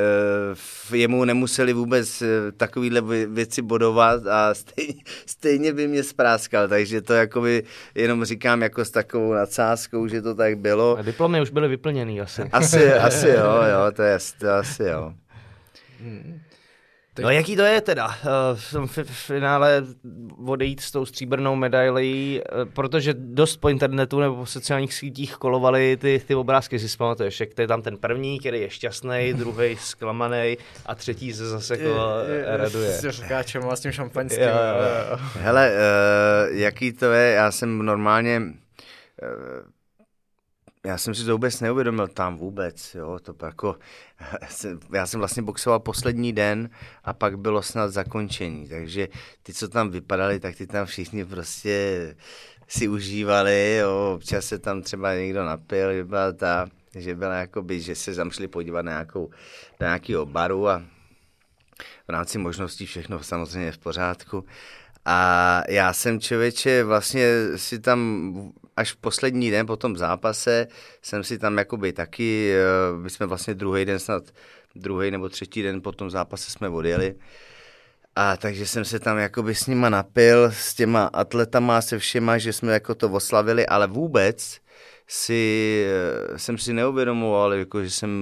jemu nemuseli vůbec takovýhle věci bodovat a stejně, stejně by mě spráskal, takže to jakoby jenom říkám jako s takovou nadsázkou, že to tak bylo. A diplomy už byly vyplněný asi. Asi, asi jo, jo, to je to asi jo. Hmm. No jaký to je teda v finále odejít s tou stříbrnou medailí, protože dost po internetu nebo po sociálních sítích kolovaly ty, ty obrázky, si pamatuješ, jak to je tam ten první, který je šťastný, druhý zklamaný a třetí se zase jako raduje. S řekáčem a s tím šampaňským. Jo, jo. Hele, uh, jaký to je, já jsem normálně... Uh, Já jsem si to vůbec neuvědomil tam vůbec, jo, to jako, já jsem vlastně boxoval poslední den a pak bylo snad zakončení, takže ty, co tam vypadali, tak ty tam všichni prostě si užívali, jo, občas se tam třeba někdo napil, že byla ta, že byla jakoby, že se tam šli podívat na nějakou, na nějakýho baru a v rámci možností všechno samozřejmě v pořádku. A já jsem, člověče, vlastně si tam až v poslední den po tom zápase jsem si tam jakoby taky, my jsme vlastně druhý den snad, druhý nebo třetí den po tom zápase jsme odjeli. A takže jsem se tam jakoby s nima napil, s těma atletama, se všema, že jsme jako to oslavili, ale vůbec si, jsem si neuvědomoval, jako, že jsem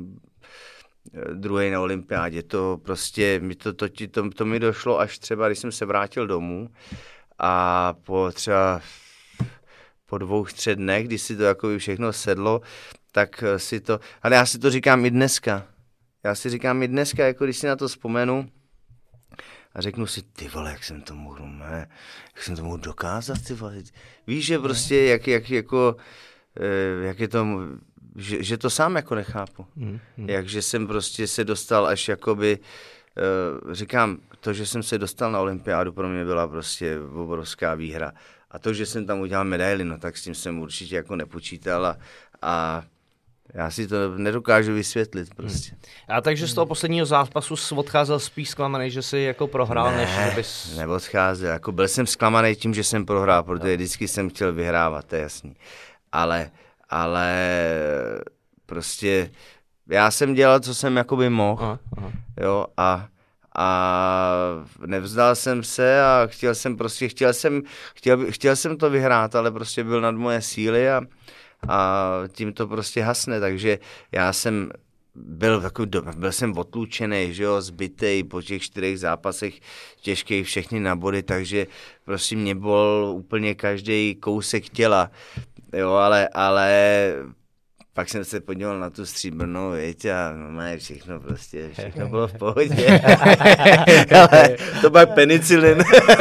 druhý na olympiádě. To prostě, mi to, to, to, to mi došlo až třeba, když jsem se vrátil domů a po třeba po dvou, třech dnech, když si to jako všechno sedlo, tak si to, ale já si to říkám i dneska. Já si říkám i dneska, jako když si na to vzpomenu a řeknu si, ty vole, jak jsem to mohl, ne, jak jsem to mohl dokázat, ty vole. Víš, že prostě, jak, jak, jako, jak je to, že, že to sám jako nechápu. Mm, mm. Jak, že jsem prostě se dostal až jakoby, říkám, to, že jsem se dostal na olympiádu, pro mě byla prostě obrovská výhra. A to, že jsem tam udělal medaili, no tak s tím jsem určitě jako nepočítal a, a já si to nedokážu vysvětlit prostě. Hmm. A takže z toho posledního zápasu jsi odcházel spíš zklamaný, že jsi jako prohrál, ne, než že bys... neodcházel. Jako byl jsem zklamaný tím, že jsem prohrál, protože vždycky jsem chtěl vyhrávat, to je jasný. Ale, ale prostě já jsem dělal, co jsem jakoby mohl, aha, aha. jo, a a nevzdal jsem se a chtěl jsem prostě, chtěl jsem, chtěl, chtěl jsem to vyhrát, ale prostě byl nad moje síly a, a tím to prostě hasne, takže já jsem byl takový, byl jsem otlučený, že jo, zbytej po těch čtyřech zápasech těžkých všechny na body, takže prostě mě bol úplně každý kousek těla, jo, ale, ale pak jsem se podíval na tu stříbrnou, věď, a no, všechno prostě, všechno bylo v pohodě. Ale to byl penicilin.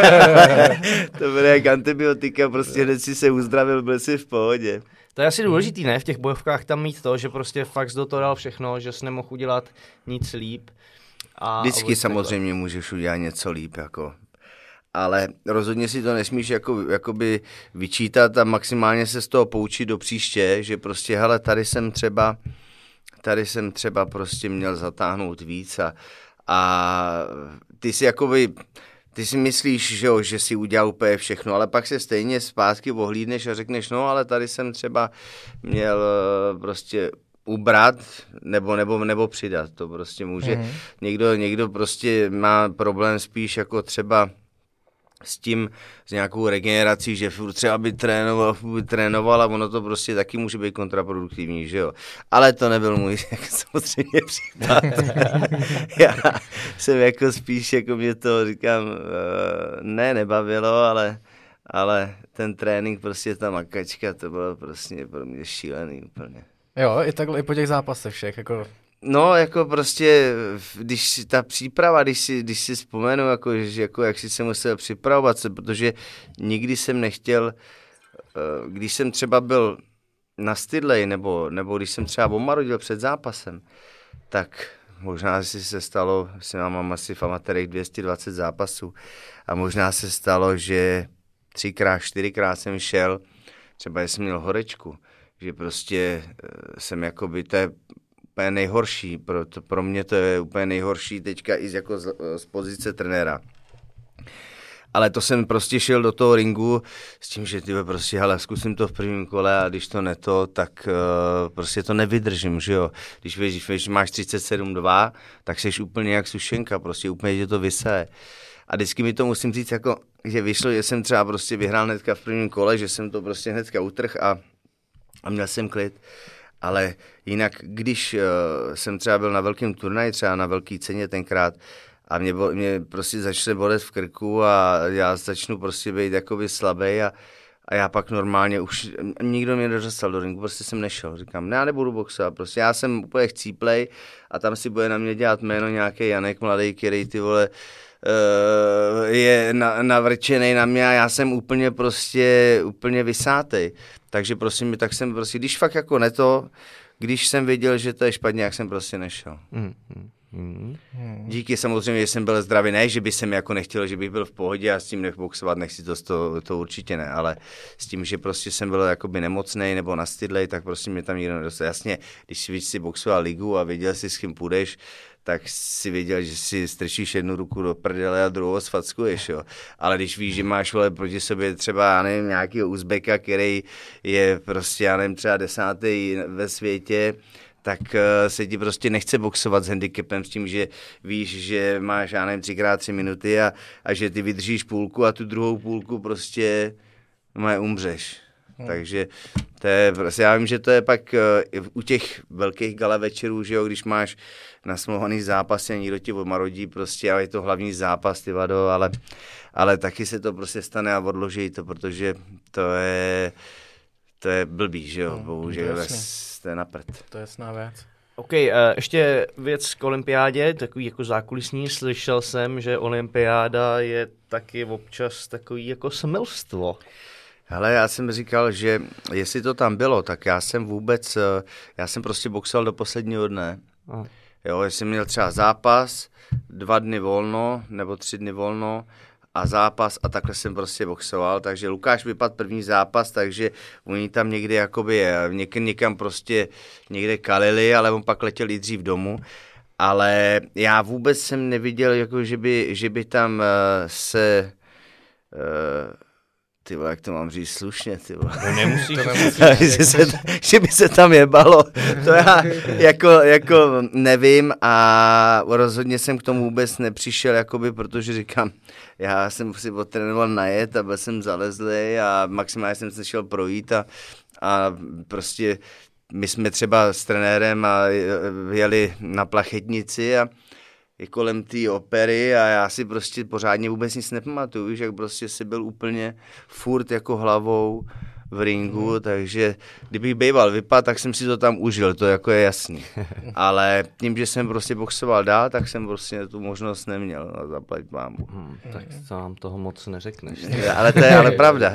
To bylo jak antibiotika, prostě hned si se uzdravil, byl si v pohodě. To je asi důležitý, ne? V těch bojovkách tam mít to, že prostě fakt do toho dal všechno, že jsi nemohl udělat nic líp. A Vždycky a samozřejmě takhle. Můžeš udělat něco líp, jako... Ale rozhodně si to nesmíš jako, jakoby vyčítat a maximálně se z toho poučit do příště, že prostě, hele, tady jsem třeba, tady jsem třeba prostě měl zatáhnout víc a, a ty si jakoby, ty si myslíš, že, jo, že si udělal úplně všechno, ale pak se stejně zpátky ohlídneš a řekneš, no, ale tady jsem třeba měl prostě ubrat nebo, nebo, nebo přidat, to prostě může, mm. někdo, někdo prostě má problém spíš jako třeba s tím, s nějakou regenerací, že furt třeba by trénoval, by trénoval a ono to prostě taky může být kontraproduktivní, že jo. Ale to nebyl můj samozřejmě případ. Já jsem jako spíš, jako mě to říkám, ne, nebavilo, ale, ale ten trénink, prostě ta makačka, to bylo prostě pro mě šílený úplně. Jo, i takhle, i po těch zápasech všech, jako... No, jako prostě, když si ta příprava, když si, když si vzpomenu, jako, že, jako, jak si se musel připravovat se, protože nikdy jsem nechtěl, když jsem třeba byl nastydlej, nebo, nebo když jsem třeba omarodil před zápasem, tak možná si se stalo, si mám asi v amatérech dvě stě dvacet zápasů a možná se stalo, že třikrát, čtyřikrát jsem šel, třeba jsem měl horečku, že prostě jsem jakoby, to je úplně nejhorší, pro, to, pro mě to je úplně nejhorší teďka i z, jako z, z pozice trenéra. Ale to jsem prostě šel do toho ringu s tím, že tyhle prostě, hele, zkusím to v prvním kole a když to ne to, tak uh, prostě to nevydržím, že jo. Když víš, víš, máš třicet sedm dva, tak jsi úplně jak sušenka, prostě úplně tě to vysaje. A vždycky mi to musím říct, jako, že vyšlo, že jsem třeba prostě vyhrál hnedka v prvním kole, že jsem to prostě hnedka utrhl a, a měl jsem klid. Ale jinak, když uh, jsem třeba byl na velkém turnaji, třeba na velké ceně tenkrát, a mě, bo, mě prostě začne bolet v krku a já začnu prostě být jakoby slabý a, a já pak normálně už, nikdo mě nedostal do ringu, prostě jsem nešel. Říkám, ne, já nebudu boxovat, prostě já jsem úplně chcíplej a tam si bude na mě dělat jméno nějaký Janek mladý, který ty vole uh, je na, navrčený na mě a já jsem úplně prostě, úplně vysátej. Takže prosím, tak jsem prostě, když fakt jako ne to, když jsem věděl, že to je špatně, jak jsem prostě nešel. Mm, mm, mm. Díky samozřejmě, že jsem byl zdravý, ne, že by jsem jako nechtěl, že bych byl v pohodě a s tím nech boxovat, nechci to, to, to určitě ne, ale s tím, že prostě jsem byl jakoby nemocnej nebo nastydlej, tak prostě mě tam nikdo nedostal. Jasně, když si, si boxoval ligu a věděl si, s kým půjdeš, tak si věděl, že si strčíš jednu ruku do prdele a druhou sfackuješ, jo. Ale když víš, že máš vole proti sobě třeba, já nevím, nějakýho Uzbeka, který je prostě, já nevím, třeba desátý ve světě, tak uh, se ti prostě nechce boxovat s handicapem s tím, že víš, že máš, já nevím, třikrát tři minuty a, a že ty vydržíš půlku a tu druhou půlku prostě no, umřeš. Hmm. Takže to je, prostě, já vím, že to je pak uh, u těch velkých gala večerů, že jo, když máš nasmlouvaný zápas a nikdo ti odmarodí prostě, ale je to hlavní zápas, ty vado, ale, ale taky se to prostě stane a odloží to, protože to je, to je blbý, že jo, No, bohužel, jasně. to je na prd. To je jasná věc. OK, uh, ještě věc k olympiádě, takový jako zákulisní, slyšel jsem, že olympiáda je taky občas takový jako smilstvo. Hele, já jsem říkal, že jestli to tam bylo, tak já jsem vůbec, já jsem prostě boxoval do posledního dne. Aha. Jo, jestli měl třeba zápas, dva dny volno, nebo tři dny volno a zápas a takhle jsem prostě boxoval, takže Lukáš vypadl první zápas, takže oni tam někdy jakoby někam, někam prostě někde kalili, ale on pak letěl i dřív domů. Ale já vůbec jsem neviděl, jako že by, že by tam uh, se... Uh, ty vole, jak to mám říct slušně, ty vole. No nemusíš. To nemusíš. že, se, že by se tam jebalo, to já jako, jako nevím a rozhodně jsem k tomu vůbec nepřišel, jakoby, protože říkám, já jsem si odtrénoval najet a byl jsem zalezlý a maximálně jsem se šel projít a, a prostě my jsme třeba s trenérem a jeli na Plachetnici a i kolem té opery a já si prostě pořádně vůbec nic nepamatuju, víš, jak prostě si byl úplně furt jako hlavou v ringu, mm. takže kdybych býval vypad, tak jsem si to tam užil, to jako je jasný. Ale tím, že jsem prostě boxoval dál, tak jsem prostě tu možnost neměl, no, zaplať mámu. Hmm, tak to nám toho moc neřekneš. Ale to je ale pravda.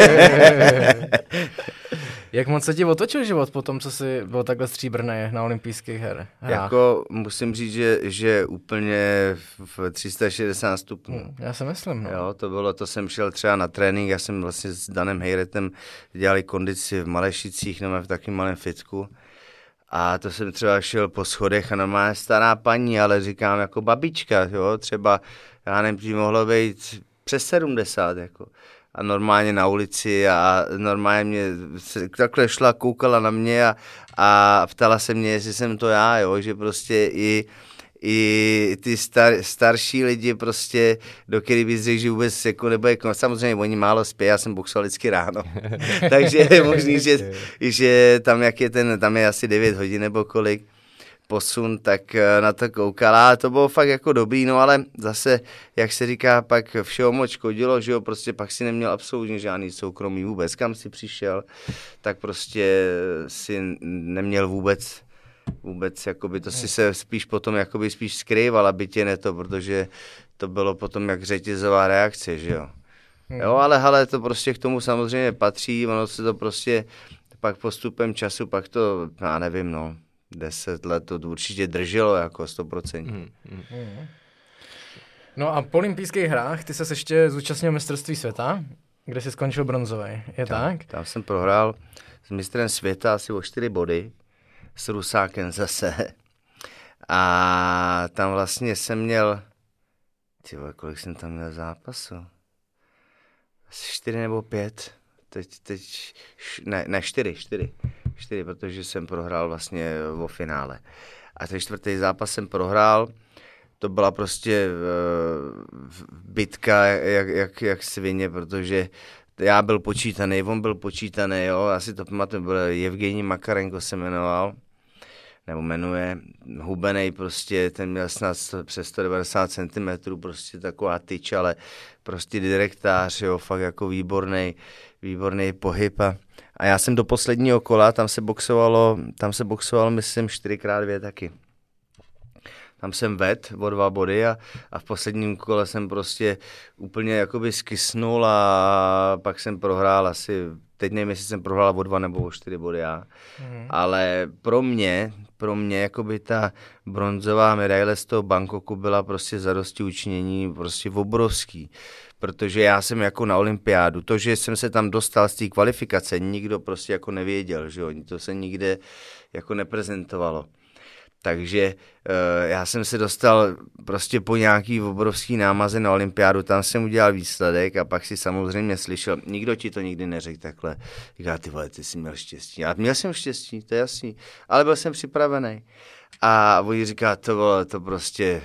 Jak moc se ti otočil život po tom, co jsi byl takhle stříbrný na olympijských her? hrách? Jako musím říct, že, že úplně v tři sta šedesát stupňů. Hmm, já si myslím, no. Jo, to bylo, to jsem šel třeba na trénink, já jsem vlastně s Danem Hejretem dělali kondici v Malešicích, nebo v takovém malém fitku. A to jsem třeba šel po schodech a normálně stará paní, ale říkám jako babička, jo, třeba, já nevím, mohlo být přes sedmdesát, jako. A normálně na ulici a normálně mě takhle šla, koukala na mě a, a ptala se mě, jestli jsem to já, jo, že prostě i, i ty star, starší lidi prostě, do kterých bys řekl, že vůbec jako nebude, samozřejmě oni málo spí, já jsem boxoval vždycky ráno, takže je možný, že, že tam jak je ten, tam je asi devět hodin nebo kolik, posun, tak na to koukala a to bylo fakt jako dobrý, no ale zase, jak se říká, pak všeho moc škodilo, že jo, prostě pak si neměl absolutně žádný soukromí vůbec, kam si přišel, tak prostě si neměl vůbec, vůbec, jakoby to si se spíš potom jakoby spíš skrýval, aby tě neto, protože to bylo potom jak řetězová reakce, že jo. Jo, ale hele, to prostě k tomu samozřejmě patří, ono se to prostě pak postupem času, pak to, já nevím, no, deset let to určitě drželo jako sto procent. Mm, mm. No a po olympijských hrách ty se ještě zúčastnil mistrovství světa, kde jsi skončil bronzový, je tam, tak? Tam jsem prohrál s mistrem světa asi o čtyři body, s Rusákem zase. A tam vlastně jsem měl, tyvo, kolik jsem tam měl zápasů? Asi čtyři nebo pět. Teď, teď, ne, ne, čtyři, čtyři. Čtyři, protože jsem prohrál vlastně o finále. A ten čtvrtý zápas jsem prohrál. To byla prostě uh, bitka jak, jak, jak svině, protože já byl počítaný, on byl počítaný, jo. Asi to pamatuju, byl Evgenij Makarenko se jmenoval, nebo jmenuje, hubenej prostě, ten měl snad přes sto devadesát centimetrů, prostě taková tyč, ale prostě direktář, jo, fakt jako výborný, výborný pohyb a, a já jsem do posledního kola, tam se boxovalo, tam se boxovalo, myslím, čtyřikrát dvě taky. Tam jsem ved o dva body a, a v posledním kole jsem prostě úplně jakoby skysnul a pak jsem prohrál asi, teď nevím, jestli jsem prohrál o dva nebo o čtyři body já, mm. ale pro mě, pro mě jakoby ta bronzová medaile z toho Bangkoku byla prostě zadosti učinění prostě obrovský, protože já jsem jako na olympiádu, to, že jsem se tam dostal z té kvalifikace, nikdo prostě jako nevěděl, že jo, to se nikde jako neprezentovalo. Takže uh, já jsem se dostal prostě po nějaký obrovský námaze na olympiádu, tam jsem udělal výsledek a pak si samozřejmě slyšel, nikdo ti to nikdy neřekl takhle, říká, ty vole, ty jsi měl štěstí. A měl jsem štěstí, to je jasný, ale byl jsem připravený. A oni říká, to bylo to prostě,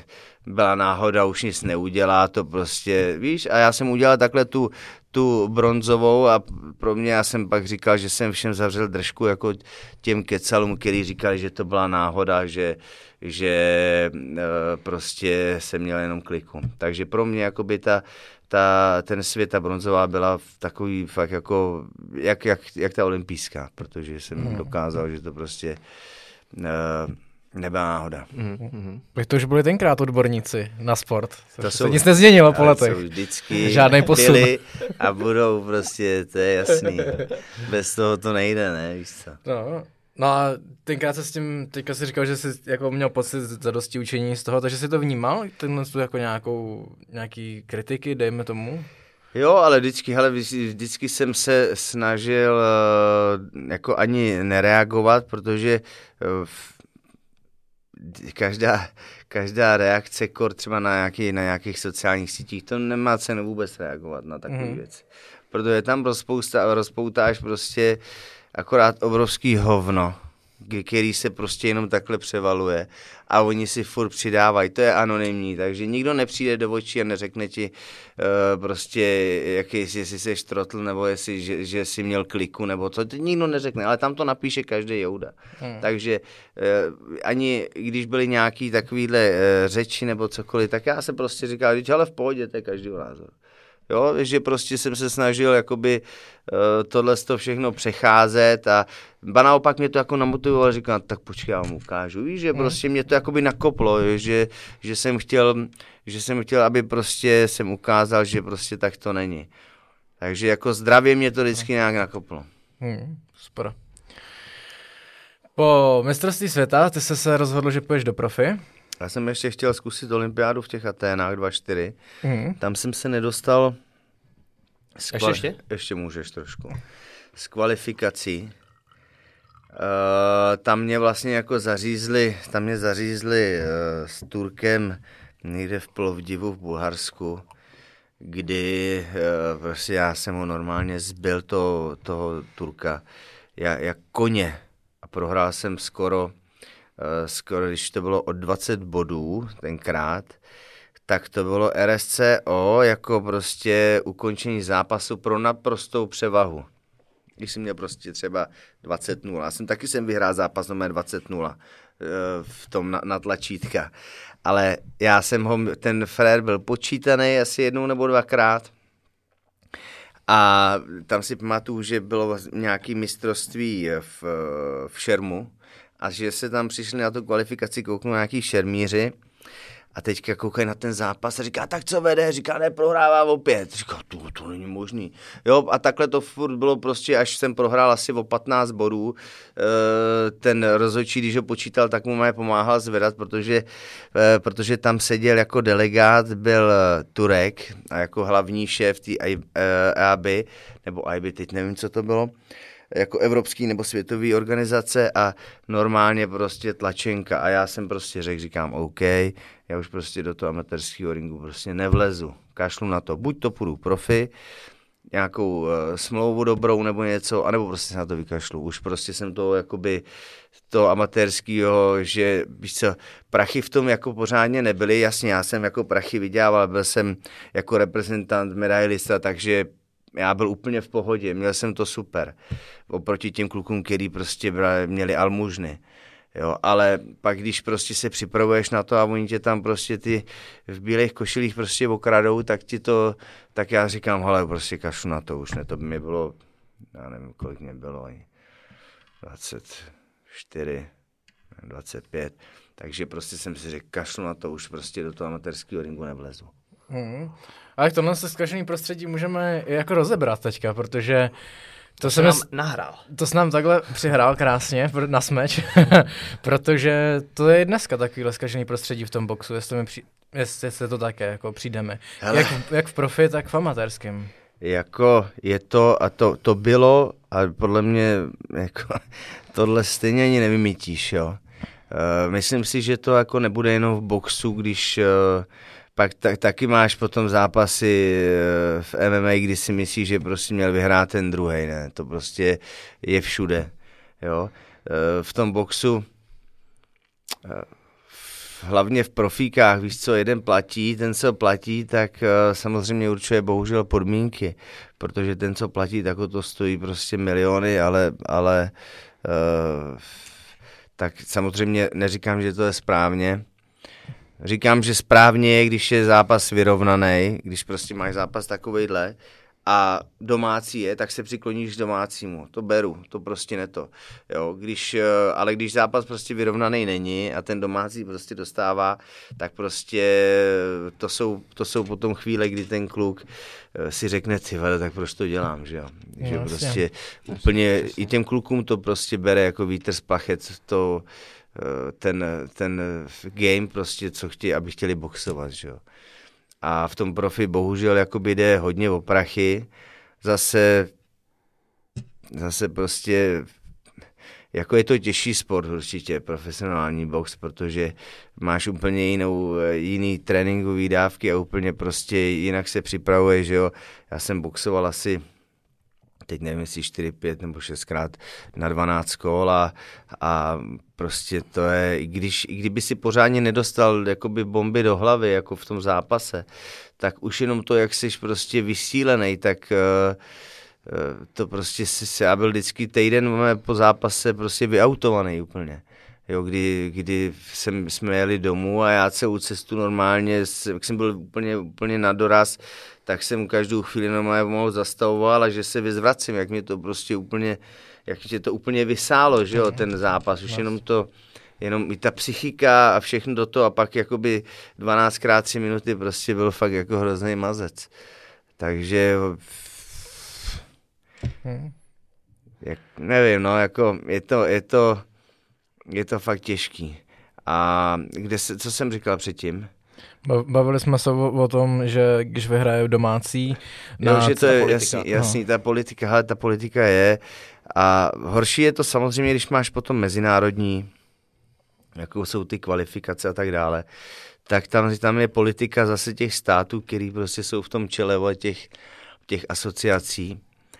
byla náhoda, už nic neudělá, to prostě, víš, a já jsem udělal takhle tu, tu bronzovou a pro mě, já jsem pak říkal, že jsem všem zavřel držku jako těm kecalům, který říkali, že to byla náhoda, že, že e, prostě jsem měl jenom kliku. Takže pro mě jakoby ta, ta, ten svět, ta bronzová byla takový fakt jako, jak, jak, jak ta olympijská, protože jsem hmm. dokázal, že to prostě e, nebyla náhoda. Mm-hmm. Vy to už byli tenkrát odborníci na sport. To se jsou, nic nezměnilo po letech. Jsou vždycky žádnej posun. A budou prostě, to je jasný. Bez toho to nejde, ne? Víš co? No, no a tenkrát se s tím, teďka si říkal, že jsi jako měl pocit zadosti učení z toho, takže jsi to vnímal? Tenhle tu jako nějakou, nějaký kritiky, dejme tomu? Jo, ale vždycky, hele, vždycky jsem se snažil uh, jako ani nereagovat, protože uh, Každá, každá reakce, kor třeba na, nějaký, na nějakých sociálních sítích, to nemá cenu vůbec reagovat na takové mm. věci. Protože tam rozpousta, rozpoutáš prostě akorát obrovský hovno, který se prostě jenom takhle převaluje a oni si furt přidávají, to je anonymní, takže nikdo nepřijde do očí a neřekne ti uh, prostě, jaký, jestli jsi štrotl, nebo jestli, že, že jsi měl kliku, nebo co, to nikdo neřekne, ale tam to napíše každý jouda. Hmm. Takže uh, ani když byly nějaký takovýhle uh, řeči nebo cokoliv, tak já se prostě říkal, ale v pohodě, to je každýho názor. Jo, že prostě jsem se snažil jakoby uh, tohle to všechno přecházet a ba naopak mě to jako namotivovalo, říkám, tak počkej, já vám ukážu, víš, že hmm. prostě mě to jakoby nakoplo, že, že jsem chtěl, že jsem chtěl, aby prostě jsem ukázal, že prostě tak to není. Takže jako zdravě mě to vždycky nějak nakoplo. Hmm, super. Po mistrovství světa ty jsi se rozhodl, že půjdeš do profi. Já jsem ještě chtěl zkusit olympiádu v těch Aténách dva čtyři. Mm. Tam jsem se nedostal... Kvali... Ještě ještě? Ještě můžeš trošku. S kvalifikací. Uh, tam mě vlastně jako zařízli, tam mě zařízli uh, s Turkem někde v Plovdivu v Bulharsku, kdy uh, prostě já jsem ho normálně zbil to, toho Turka já, jak koně a prohrál jsem skoro skoro, když to bylo o dvacet bodů tenkrát, tak to bylo R S C O jako prostě ukončení zápasu pro naprostou převahu. Když jsem měl prostě třeba dvacet nula. Já jsem taky jsem vyhrál zápas na dvacet nula v tom na, na tlačítka. Ale já jsem ho, ten frér byl počítaný asi jednou nebo dvakrát. A tam si pamatuju, že bylo nějaké mistrovství v, v šermu, a že se tam přišli na tu kvalifikaci, kouknou nějaký šermíři a teďka koukají na ten zápas a říká, tak co vede? Říká, ne, prohrává opět. Říká, to, to není možný. Jo, a takhle to furt bylo prostě, až jsem prohrál asi o patnáct bodů. Ten rozhodčí, když ho počítal, tak mu mě pomáhal zvedat, protože, protože tam seděl jako delegát, byl Turek a jako hlavní šéf té E A B, nebo I B, teď nevím, co to bylo, jako evropský nebo světový organizace a normálně prostě tlačenka a já jsem prostě řekl, říkám OK, já už prostě do toho amatérského ringu prostě nevlezu, kašlu na to, buď to půjdu profi, nějakou uh, smlouvu dobrou nebo něco, anebo prostě se na to vykašlu, už prostě jsem to jakoby toho amatérského, že víš co, prachy v tom jako pořádně nebyly, jasně, já jsem jako prachy vydělával, byl jsem jako reprezentant, medailista, takže já byl úplně v pohodě, měl jsem to super. Oproti těm klukům, který prostě měli almužny. Jo, ale pak, když prostě se připravuješ na to a oni tě tam prostě ty v bílých košilích prostě okradou, tak ti to, tak já říkám, hele, prostě kašlu na to už, ne, to by mi bylo, já nevím, kolik mě bylo, dvacet čtyři, dvacet pět, takže prostě jsem si řekl, kašlu na to už, prostě do toho amatérského ringu nevlezu. Hmm. Ale tohle se zkažený prostředí můžeme jako rozebrat teďka, protože to, to jsem nám nahrál. To jsi nám takhle přihrál krásně na smeč, protože to je dneska takovýhle zkažený prostředí v tom boxu, jestli, mi při, jestli se to také jako přijdeme. Jak, jak v profi, tak v amatérském. Jako je to, a to, to bylo, a podle mě jako, tohle stejně ani nevymytíš, jo. Uh, myslím si, že to jako nebude jenom v boxu, když uh, pak tak, taky máš potom zápasy v M M A, kdy si myslíš, že prostě měl vyhrát ten druhej, ne, to prostě je všude, jo. V tom boxu hlavně v profíkách, víš co, jeden platí, ten, co platí, tak samozřejmě určuje bohužel podmínky, protože ten, co platí, tak to stojí prostě miliony, ale, ale uh, tak samozřejmě neříkám, že to je správně. Říkám, že správně je, když je zápas vyrovnaný, když prostě máš zápas takovejhle, a domácí je, tak se přikloníš k domácímu. To beru, to prostě ne to. Jo, když, ale když zápas prostě vyrovnaný není a ten domácí prostě dostává, tak prostě to jsou, to jsou potom chvíle, kdy ten kluk si řekne, ty vole, tak proč to dělám, že jo. No, že prostě jasně. Úplně, i těm klukům to prostě bere jako vítr z plachet, to, ten, ten game prostě, co chtějí, aby chtěli boxovat, že jo. A v tom profi bohužel jakoby jde hodně o prachy. Zase, zase prostě, jako je to těžší sport určitě, profesionální box, protože máš úplně jinou, jiný tréninkový dávky a úplně prostě jinak se připravuje, že jo. Já jsem boxoval asi, teď nevím, jestli čtyři, pět nebo šestkrát na dvanáct kol a, a prostě to je, i, když, i kdyby si pořádně nedostal jakoby bomby do hlavy, jako v tom zápase, tak už jenom to, jak jsi prostě vysílený, tak uh, uh, to prostě si, já byl vždycky týden po zápase prostě vyautovaný úplně. Jo, kdy, kdy jsem, jsme jeli domů a já celou cestu normálně, jak jsem byl úplně, úplně na doraz, tak jsem každou chvíli normálně mohl zastavoval a že se vyzvracím, jak mě to prostě úplně, jak tě to úplně vysálo, že jo, ten zápas, už jenom to, jenom i ta psychika a všechno do toho a pak jakoby dvanáctkrát tři minuty prostě byl fakt jako hrozný mazec. Takže jak, nevím, no, jako je to, je to, je to fakt těžký. A kde se, co jsem říkal předtím? Bavili jsme se o, o tom, že když vyhraje domácí... Jo, že to je jasný, jasný, ta politika, hele, ta politika je. A horší je to samozřejmě, když máš potom mezinárodní, jako jsou ty kvalifikace a tak dále, tak tam, tam je politika zase těch států, který prostě jsou v tom čele o těch, těch asociací.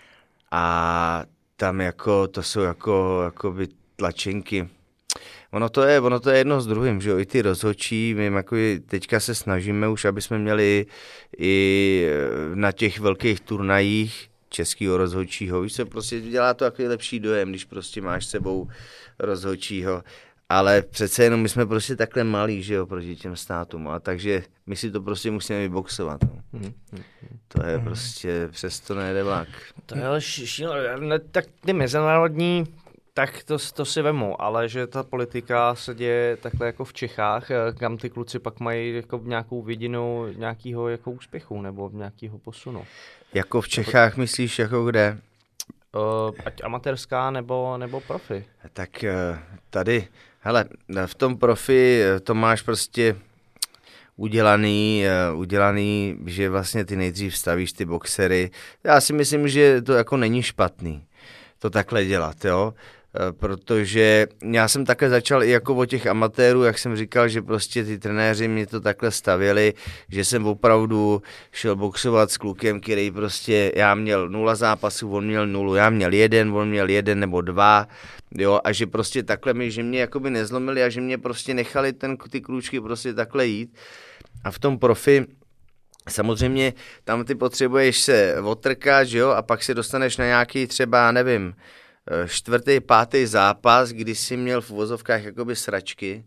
A tam jako, to jsou jako, jakoby tlačenky. Ono to je, ono to je jedno s druhým, že jo, i ty rozhodčí, my jako teďka se snažíme už, aby jsme měli i na těch velkých turnajích českého rozhodčího, víš co, prostě dělá to takový lepší dojem, když prostě máš s sebou rozhodčího, ale přece jenom my jsme prostě takhle malí, že jo, proti těm státům, a takže my si to prostě musíme vyboxovat, no. Mm-hmm. To je prostě, přesto nejde vlak. To je ale šílené, tak ty mezinárodní, tak to, to si vemu, ale že ta politika se děje takhle jako v Čechách, kam ty kluci pak mají jako nějakou vidinu nějakého jako úspěchu nebo nějakého posunu. Jako v Čechách myslíš, jako kde? Uh, ať amatérská nebo, nebo profi. Tak uh, tady, hele, v tom profi to máš prostě udělaný, uh, udělaný, že vlastně ty nejdřív stavíš ty boxery. Já si myslím, že to jako není špatný to takhle dělat, jo. Protože já jsem takhle začal i jako od těch amatérů, jak jsem říkal, že prostě ty trenéři mě to takhle stavěli, že jsem opravdu šel boxovat s klukem, který prostě, já měl nula zápasů, on měl nulu, já měl jeden, on měl jeden nebo dva, jo, a že prostě takhle mi, že mě jakoby nezlomili a že mě prostě nechali ten, ty klůčky prostě takhle jít. A v tom profi samozřejmě tam ty potřebuješ se otrkat, že jo, a pak se dostaneš na nějaký třeba, nevím, čtvrtý, pátý zápas, kdy jsi měl v uvozovkách jakoby sračky,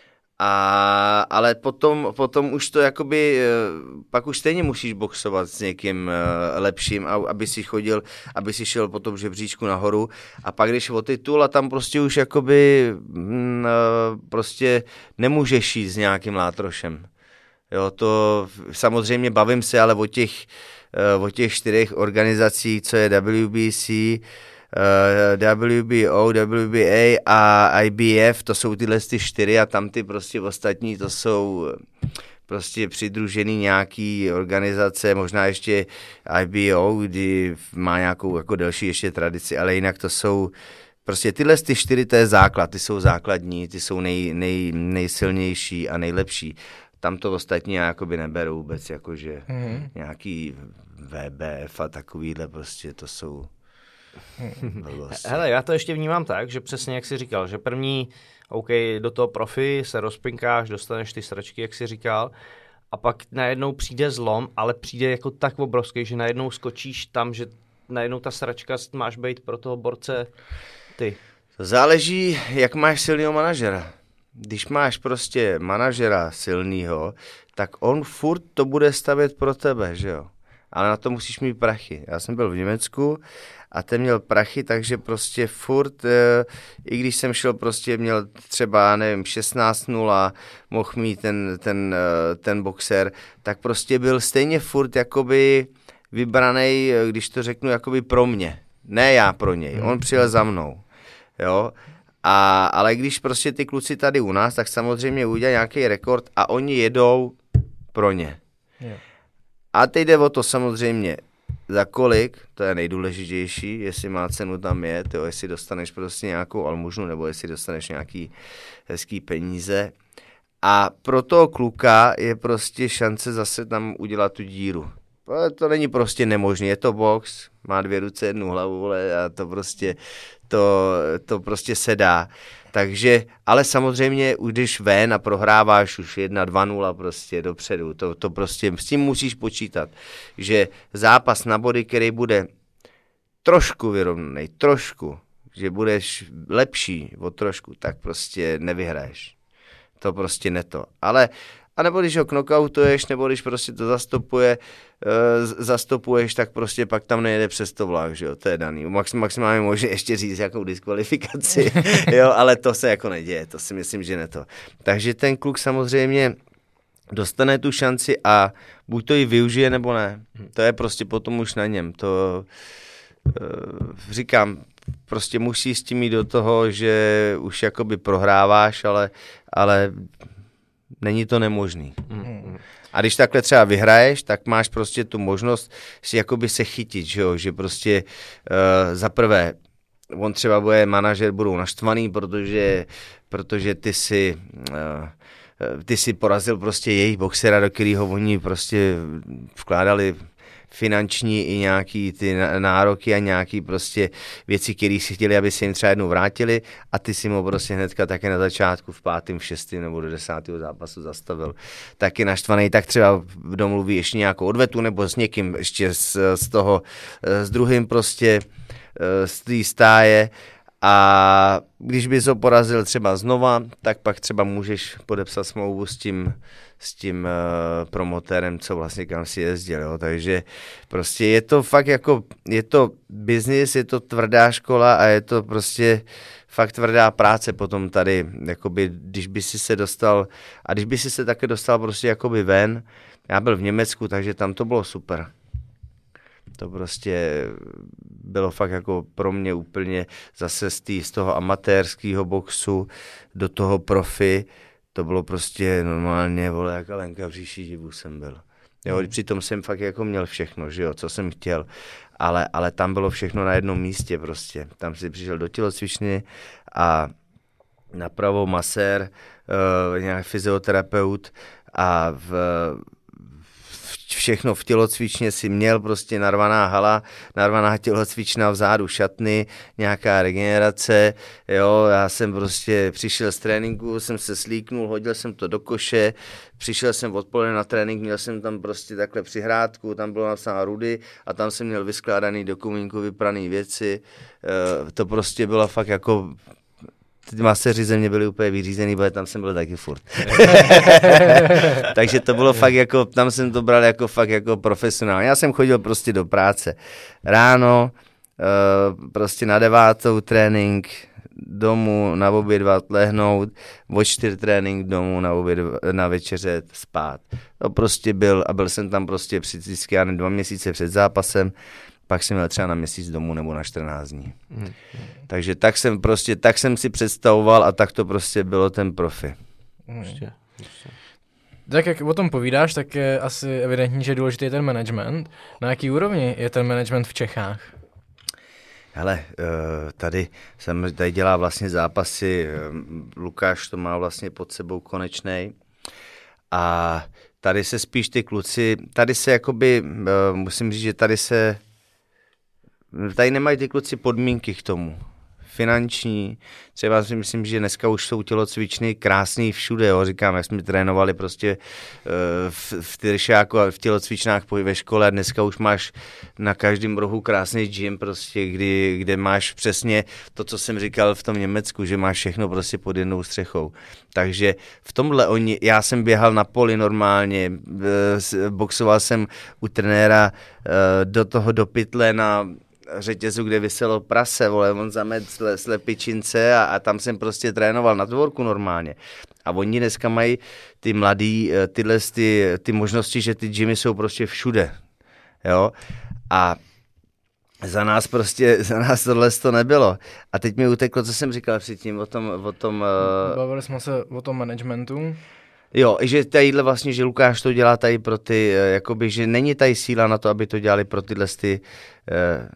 a, ale potom, potom už to jakoby, pak už stejně musíš boxovat s někým lepším, aby si chodil, aby si šel po tom žebříčku nahoru, a pak když o titul a tam prostě už jakoby m, prostě nemůžeš jít s nějakým látrošem. Jo, to samozřejmě bavím se, ale o těch, o těch čtyřech organizacích, co je W B C, W B O, W B A a I B F, to jsou tyhle ty čtyři a tam ty prostě ostatní, to jsou prostě přidružený nějaký organizace, možná ještě I B O, kdy má nějakou jako delší ještě tradici, ale jinak to jsou prostě tyhle ty čtyři, to je základ, ty jsou základní, ty jsou nej, nej, nejsilnější a nejlepší. Tam to ostatní já jakoby neberu vůbec, jakože mm-hmm. nějaký V B F a takovýhle prostě, to jsou... Hele, já to ještě vnímám tak, že přesně jak jsi říkal, že první, OK, do toho profi se rozpinkáš, dostaneš ty sračky, jak jsi říkal, a pak najednou přijde zlom, ale přijde jako tak obrovský, že najednou skočíš tam, že najednou ta sračka máš být pro toho borce ty. Záleží, jak máš silného manažera. Když máš prostě manažera silného, tak on furt to bude stavět pro tebe, že jo. Ale na to musíš mít prachy. Já jsem byl v Německu a ten měl prachy, takže prostě furt, e, i když jsem šel, prostě měl třeba, nevím, šestnáct nula, mohl mít ten, ten, e, ten boxer, tak prostě byl stejně furt jakoby vybranej, když to řeknu, jakoby pro mě. Ne já pro něj, on přijel za mnou, jo. A, ale když prostě ty kluci tady u nás, tak samozřejmě udělají nějaký rekord a oni jedou pro ně. Yeah. A teď jde o to samozřejmě, za kolik, to je nejdůležitější, jestli má cenu tam jet, jo, jestli dostaneš prostě nějakou almužnu, nebo jestli dostaneš nějaký hezký peníze. A pro toho kluka je prostě šance zase tam udělat tu díru. To není prostě nemožné, je to box, má dvě ruce, jednu hlavu, vole, a to prostě, to, to prostě se dá. Takže, ale samozřejmě, když ven a prohráváš už jedna dva nula prostě dopředu, to, to prostě, s tím musíš počítat, že zápas na body, který bude trošku vyrovnaný, trošku, že budeš lepší o trošku, tak prostě nevyhraješ. To prostě ne to. Ale a nebo když ho knockoutuješ, nebo když prostě to zastopuje, e, zastopuješ, tak prostě pak tam nejede přes to vlak, že jo, to je daný. Max, maximálně může ještě říct jakou diskvalifikaci, jo, ale to se jako neděje, to si myslím, že ne to. Takže ten kluk samozřejmě dostane tu šanci a buď to ji využije, nebo ne. To je prostě potom už na něm. To e, říkám, prostě musí s tím jít do toho, že už jakoby prohráváš, ale, ale není to nemožný. Mm. A když takhle třeba vyhraješ, tak máš prostě tu možnost si jakoby se chytit, že jo, že prostě uh, za prvé, on třeba bude manažer, budou naštvaný, protože, protože ty si, uh, ty si porazil prostě jejich boxera, do kterého oni prostě vkládali finanční i nějaký ty nároky a nějaký prostě věci, které si chtěli, aby se jim třeba jednou vrátili a ty si mu prostě hnedka také na začátku v pátém, v šestém nebo do desátého zápasu zastavil. Taky naštvaný, tak třeba domluví ještě nějakou odvetu nebo s někým ještě z, z toho, s druhým prostě z té stáje. A když bys ho porazil třeba znova, tak pak třeba můžeš podepsat smlouvu s tím, s tím uh, promotérem, co vlastně kam si jezdil, jo. Takže prostě je to fakt jako, je to biznis, je to tvrdá škola a je to prostě fakt tvrdá práce potom tady, jakoby, když by si se dostal, a když by si se také dostal prostě jakoby ven, já byl v Německu, takže tam to bylo super. To prostě bylo fakt jako pro mě úplně zase z, tý, z toho amatérského boxu do toho profi. To bylo prostě normálně, vole, jak Alenka v říši divu jsem byl. Jo, mm. Přitom jsem fakt jako měl všechno, že jo, co jsem chtěl. Ale, ale tam bylo všechno na jednom místě prostě. Tam si přišel do tělocvičny a napravo masér, uh, nějaký fyzioterapeut a v všechno v tělocvičně si měl, prostě narvaná hala, narvaná tělocvična vzadu šatny, nějaká regenerace, jo, já jsem prostě přišel z tréninku, jsem se slíknul, hodil jsem to do koše, přišel jsem odpoledne na trénink, měl jsem tam prostě takhle přihrádku, tam bylo napsáno Rudy a tam jsem měl vyskládaný do komínku vypraný věci, e, to prostě bylo fakt jako ty maséři ze mě byli úplně vyřízený, protože tam jsem byl taky furt. Takže to bylo fakt jako, tam jsem to bral jako fakt jako profesionálně. Já jsem chodil prostě do práce ráno, uh, prostě na devátou trénink, domů na obědvat, lehnout, od čtyř trénink domů na, oběd, na večeře spát. To prostě byl, a byl jsem tam prostě vždycky já dva měsíce před zápasem, pak jsem měl třeba na měsíc domů nebo na čtrnáct dní. Hmm. Takže tak jsem prostě, tak jsem si představoval a tak to prostě bylo ten profi. Hmm. Ještě, ještě. Tak jak o tom povídáš, tak je asi evidentní, že je důležitý ten management. Na jaký úrovni je ten management v Čechách? Hele, tady jsem tady dělá vlastně zápasy, Lukáš to má vlastně pod sebou Konečnej a tady se spíš ty kluci, tady se jakoby, musím říct, že tady se tady nemají ty kluci podmínky k tomu. Finanční, třeba si myslím, že dneska už jsou tělocvičny krásný všude, jo. Říkám, jak jsme trénovali prostě v, v Tyršáku a v tělocvičnách ve škole a dneska už máš na každém rohu krásný gym, prostě, kdy, kde máš přesně to, co jsem říkal v tom Německu, že máš všechno prostě pod jednou střechou. Takže v tomhle oni, já jsem běhal na poli normálně, boxoval jsem u trenéra do toho do pytle na řetězu, kde vyselo prase, vole, on zamet sle, slepičince a, a tam jsem prostě trénoval na dvorku normálně. A oni dneska mají ty mladý, tyhle ty, ty možnosti, že ty gymy jsou prostě všude, jo. A za nás prostě, za nás tohle to nebylo. A teď mi uteklo, co jsem říkal předtím o tom, o tom... Bavili jsme se o tom managementu. Jo, že tadyhle vlastně, že Lukáš to dělá tady pro ty, jakoby, že není tady síla na to, aby to dělali pro tyhle ty eh,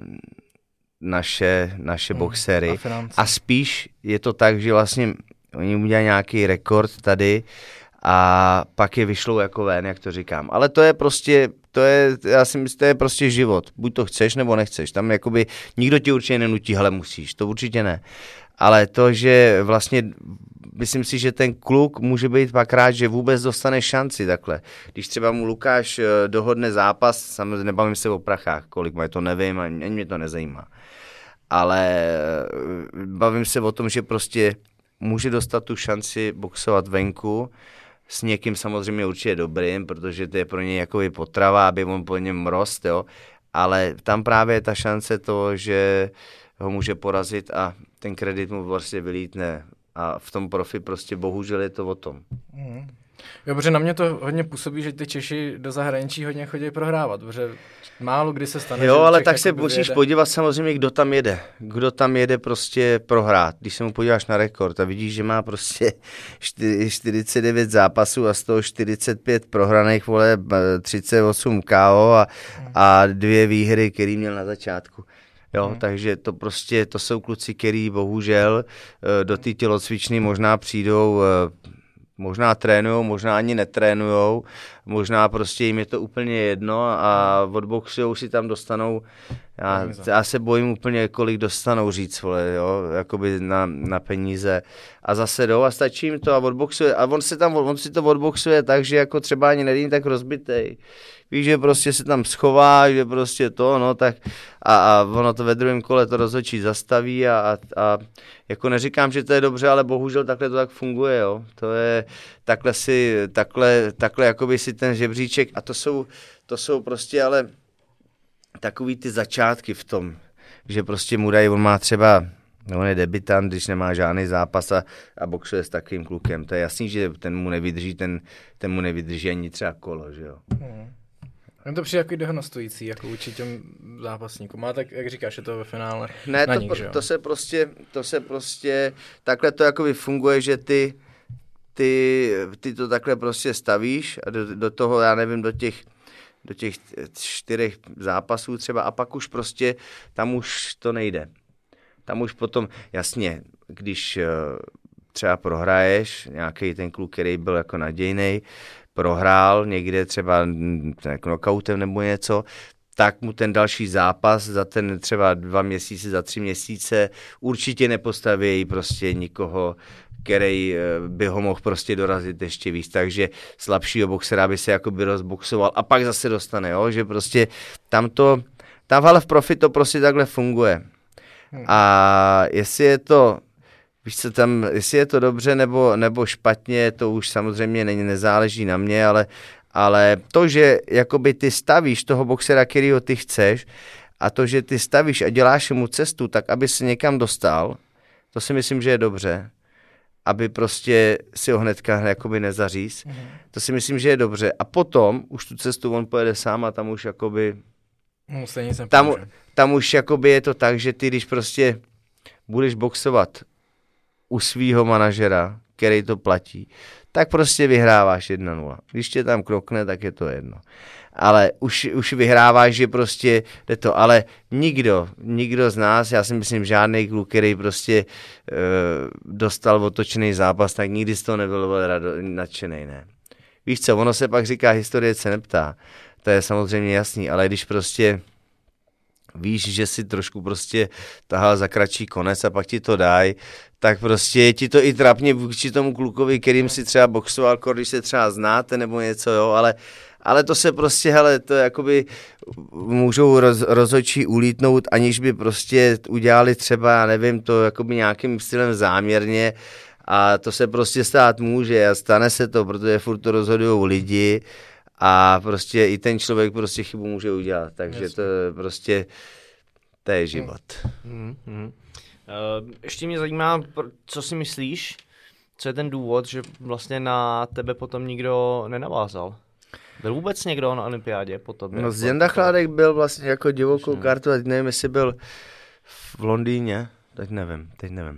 naše, naše boxery. A, a spíš je to tak, že vlastně oni udělají nějaký rekord tady a pak je vyšlou jako ven, jak to říkám. Ale to je prostě, to je, já si myslím, to je prostě život. Buď to chceš, nebo nechceš. Tam jakoby nikdo ti určitě nenutí, hele musíš, to určitě ne. Ale to, že vlastně myslím si, že ten kluk může být pak rád, že vůbec dostane šanci takhle. Když třeba mu Lukáš dohodne zápas, samozřejmě nebavím se o prachách, kolik mají, to nevím, ani mě to nezajímá. Ale bavím se o tom, že prostě může dostat tu šanci boxovat venku, s někým samozřejmě určitě dobrým, protože to je pro něj jako potrava, aby on po něm rost, jo. Ale tam právě je ta šance to, že ho může porazit a ten kredit mu vlastně vylítne. A v tom profi prostě bohužel je to o tom. Mm. Jo, protože na mě to hodně působí, že ty Češi do zahraničí hodně chodí prohrávat, protože málo kdy se stane. Jo, že ale Čech tak se musíš vyjede. podívat samozřejmě, kdo tam jede. Kdo tam jede prostě prohrát. Když se mu podíváš na rekord a vidíš, že má prostě čtyřicet devět zápasů a z toho čtyřicet pět prohraných, vole, třicet osm ká ó a, a dvě výhry, který měl na začátku. Jo, hmm. takže to prostě, to jsou kluci, který bohužel do té tělocvičny možná přijdou, možná trénujou, možná ani netrénujou, možná prostě jim je to úplně jedno a odboxujou si tam dostanou, já, já se bojím úplně, kolik dostanou říct, vole, jo, jakoby na, na peníze a zase jdou a stačí jim to a odboxuje a on se tam, on si to odboxuje tak, že jako třeba ani není tak rozbitej. Víš, že prostě se tam schová, že prostě to, no, tak a, a ono to ve druhém kole to rozhodčí zastaví a, a, a jako neříkám, že to je dobře, ale bohužel takhle to tak funguje, jo. To je, takhle si, takhle, takhle jakoby si ten žebříček a to jsou, to jsou prostě ale takový ty začátky v tom, že prostě mu dají, on má třeba, no on je debitant, když nemá žádný zápas a, a boxuje s takovým klukem. To je jasný, že ten mu nevydrží, ten, ten mu nevydrží ani třeba kolo, že jo. Hmm. Jen to přijde jako dehonestující, jako vůči těm zápasníkům. Má tak, jak říkáš, je to ve finále ne, na to, nich, že jo? to se prostě, to se prostě, takhle to jakoby funguje, že ty, ty, ty to takhle prostě stavíš a do, do toho, já nevím, do těch, do těch čtyřech zápasů třeba a pak už prostě, tam už to nejde. Tam už potom, jasně, když třeba prohraješ, nějaký ten kluk, který byl jako nadějnej, prohrál někde třeba knockoutem nebo něco, tak mu ten další zápas za ten třeba dva měsíce, za tři měsíce určitě nepostaví prostě nikoho, který by ho mohl prostě dorazit ještě víc. Takže slabšího boxera by se jakoby rozboxoval a pak zase dostane, jo? Že prostě tam to, tam ale v profi to prostě takhle funguje. A jestli je to víš co tam, jestli je to dobře nebo, nebo špatně, to už samozřejmě není, nezáleží na mě, ale, ale to, že jakoby ty stavíš toho boxera, kterýho ty chceš a to, že ty stavíš a děláš mu cestu tak, aby se někam dostal, to si myslím, že je dobře. Aby prostě si ho hnedka jakoby nezaříz. Mm. To si myslím, že je dobře. A potom už tu cestu on pojede sám a tam už jakoby... No, tam, tam už jakoby je to tak, že ty, když prostě budeš boxovat u svýho manažera, který to platí, tak prostě vyhráváš jedna nula. Když tě tam krokne, tak je to jedno. Ale už, už vyhráváš, že prostě jde to. Ale nikdo, nikdo z nás, já si myslím, žádný kluk, který prostě e, dostal otočený zápas, tak nikdy z toho nebyl rado, nadšenej, ne. Víš co, ono se pak říká, historie se neptá. To je samozřejmě jasný, ale když prostě víš, že si trošku prostě tahal za kratší konec a pak ti to dají, tak prostě je ti to i trapně vůči tomu klukovi, kterým si třeba boxoval, když se třeba znáte nebo něco, jo, ale, ale to se prostě, hele, to jakoby můžou roz, rozhodčí ulítnout, aniž by prostě udělali třeba, já nevím, to jakoby nějakým stylem záměrně a to se prostě stát může a stane se to, protože furt to rozhodují lidi a prostě i ten člověk prostě chybu může udělat, takže Jasně. to je prostě, to je život. Hmm. Hmm. Uh, ještě mě zajímá, co si myslíš, co je ten důvod, že vlastně na tebe potom nikdo nenavázal? Byl vůbec někdo na olympiádě potom? No Zděnda Chládek byl vlastně jako divokou kartu, teď nevím, jestli byl v Londýně, teď nevím, teď nevím.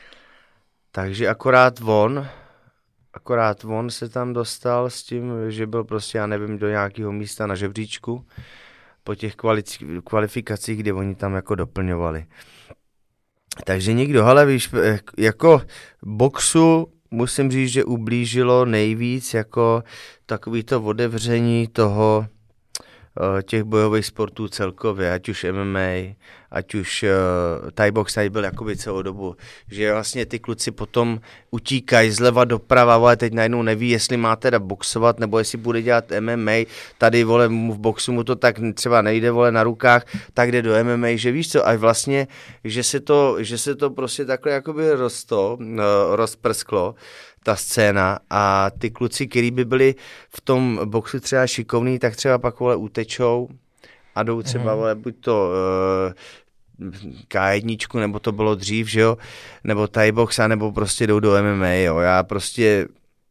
Takže akorát on, akorát on se tam dostal s tím, že byl prostě, já nevím, do nějakého místa na žebříčku po těch kvali- kvalifikacích, kde oni tam jako doplňovali. Takže nikdo, ale víš, jako boxu musím říct, že ublížilo nejvíc jako takový to otevření toho těch bojových sportů celkově, ať už M M A, ať už uh, Thai box tady byl jakoby celou dobu, že vlastně ty kluci potom utíkají zleva doprava, ale teď najednou neví, jestli má teda boxovat, nebo jestli bude dělat M M A, tady vole v boxu mu to tak třeba nejde vole na rukách, tak jde do M M A, že víš co, a vlastně, že se to, že se to prostě takhle jakoby rosto, uh, rozprsklo, ta scéna a ty kluci, který by byli v tom boxu třeba šikovní, tak třeba pak vole utečou a jdou třeba vole buď to uh, K jedna, nebo to bylo dřív, že jo, nebo Thai box, nebo prostě jdou do M M A, jo, já prostě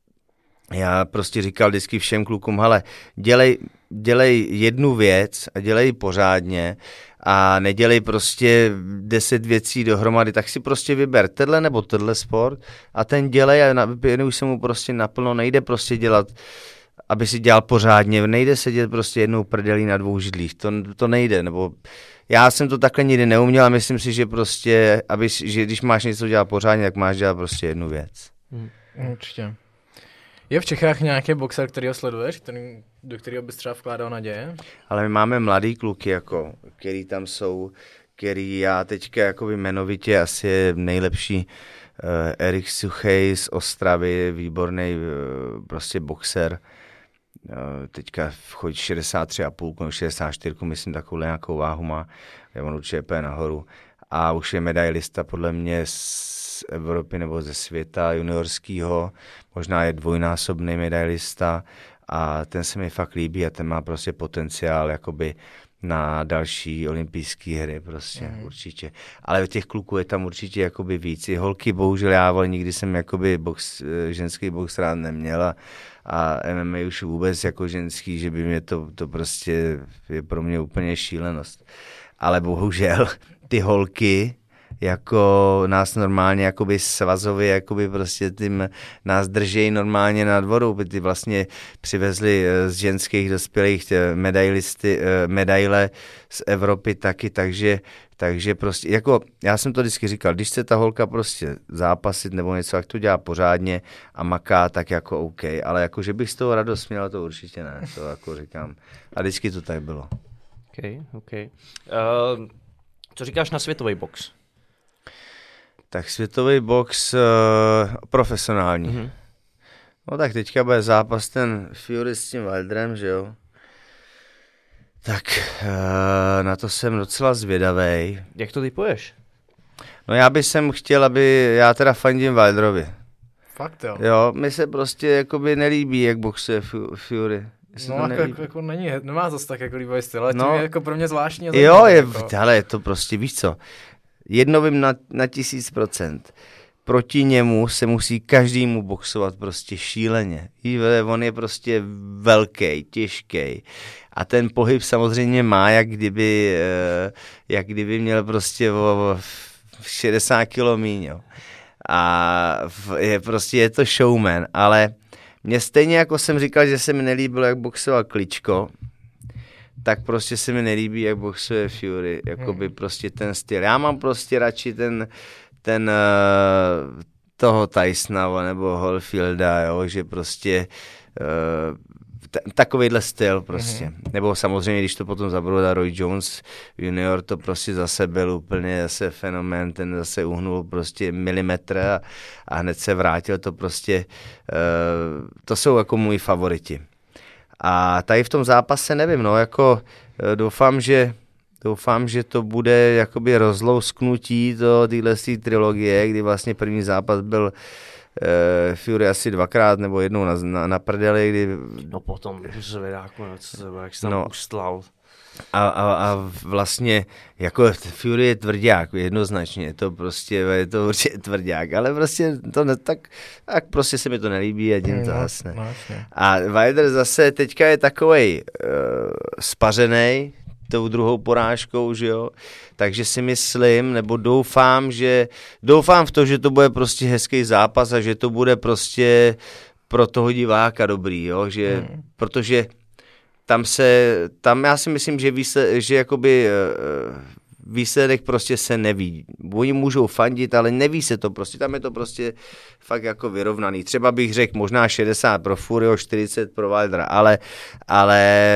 já prostě říkal vždycky všem klukům, hele, dělej, dělej jednu věc a dělej pořádně a nedělej prostě deset věcí dohromady, tak si prostě vyber tenhle nebo tenhle sport a ten dělej a už se mu prostě naplno, nejde prostě dělat, aby si dělal pořádně, nejde sedět prostě jednou prdelí na dvou židlích, to, to nejde, nebo já jsem to takhle nikdy neuměl a myslím si, že prostě, aby, že když máš něco dělat pořádně, tak máš dělat prostě jednu věc. Hmm. Určitě. Je v Čechách nějaký boxer, kterýho sleduješ, který, do kterého bys třeba vkládal naděje? Ale my máme mladý kluky, jako, který tam jsou, který já teďka jako jmenovitě asi je nejlepší uh, Erik Suchej z Ostravy, výborný uh, prostě boxer. Uh, teďka chodí šedesát tři a půl, šedesát čtyři, myslím, takovou nějakou váhu má, je on určitě pé nahoru. A už je medailista podle mě z Evropy nebo ze světa juniorského, možná je dvojnásobný medailista a ten se mi fakt líbí a ten má prostě potenciál jakoby na další olympijské hry prostě mm. určitě. Ale těch kluků je tam určitě jakoby víc. I holky bohužel já ale nikdy jsem jakoby box, ženský box rád neměla a M M A už vůbec jako ženský, že by mě to, to prostě je pro mě úplně šílenost. Ale bohužel ty holky jako nás normálně jakoby svazově jakoby prostě tím nás držejí normálně na dvoru, ty vlastně přivezli z ženských dospělých medailisty, medaile z Evropy taky, takže, takže prostě jako já jsem to vždycky říkal, když chce ta holka prostě zápasit nebo něco, jak to dělá pořádně a maká, tak jako OK, ale jako že bych z toho radost měl, to určitě ne, to jako říkám a vždycky to tak bylo. OK, OK. Uh, co říkáš na světový box? Tak světový box uh, profesionální. Mm-hmm. No tak teďka bude zápas ten Fury s tím Wilderem, že jo? Tak uh, na to jsem docela zvědavej. Jak to typuješ? No já bych sem chtěl, aby, já teda fandím Wilderovi. Fakt jo? Jo, mi se prostě jakoby nelíbí, jak boxuje Fury. No jako, jako, jako není, nemá zase tak jako líbivý styl, ale no, tím je jako pro mě zvláštní. Jo, je, jako... ale je to prostě, víš co, jedno vím na, na tisíc procent. Proti němu se musí každému boxovat prostě šíleně. On je prostě velký, těžký. A ten pohyb samozřejmě má, jak kdyby, jak kdyby měl prostě o šedesát kilo míň. Jo. A je prostě je to showman, ale mně stejně jako jsem říkal, že se mi nelíbilo, jak boxoval Kličko, tak prostě se mi nelíbí, jak boxuje Fury, jakoby prostě ten styl. Já mám prostě radši ten, ten uh, toho Tysona nebo Holyfielda, jo, že prostě uh, t- takovejhle styl prostě. Mm-hmm. Nebo samozřejmě, když to potom zabrodá Roy Jones junior, to prostě zase byl úplně zase fenomén, ten zase uhnul prostě milimetr a, a hned se vrátil, to prostě, uh, to jsou jako můj favoriti. A tady v tom zápase nevím, no, jako uh, doufám, že Doufám, že to bude jakoby rozlousknutí do téhle trilogie, kdy vlastně první zápas byl Uh, Fury asi dvakrát nebo jednou na, na, na prdeli, kdy... No potom zvedáku na sebe, jak se tam no, ustlal. A, a, a vlastně jako Fury je tvrdák, jednoznačně, to prostě je to určitě tvrdák, ale prostě to ne, tak, tak prostě se mi to nelíbí a tím to no, hasne. No, a Wilder zase teďka je takovej uh, spařenej tou druhou porážkou, že jo, takže si myslím, nebo doufám, že doufám v to, že to bude prostě hezký zápas a že to bude prostě pro toho diváka dobrý, jo, že, hmm. protože tam se, tam já si myslím, že, výsled, že jakoby výsledek prostě se neví. Oni můžou fandit, ale neví se to prostě, tam je to prostě fakt jako vyrovnaný. Třeba bych řekl možná šedesát pro Furyho, čtyřicet pro Wildera, ale, ale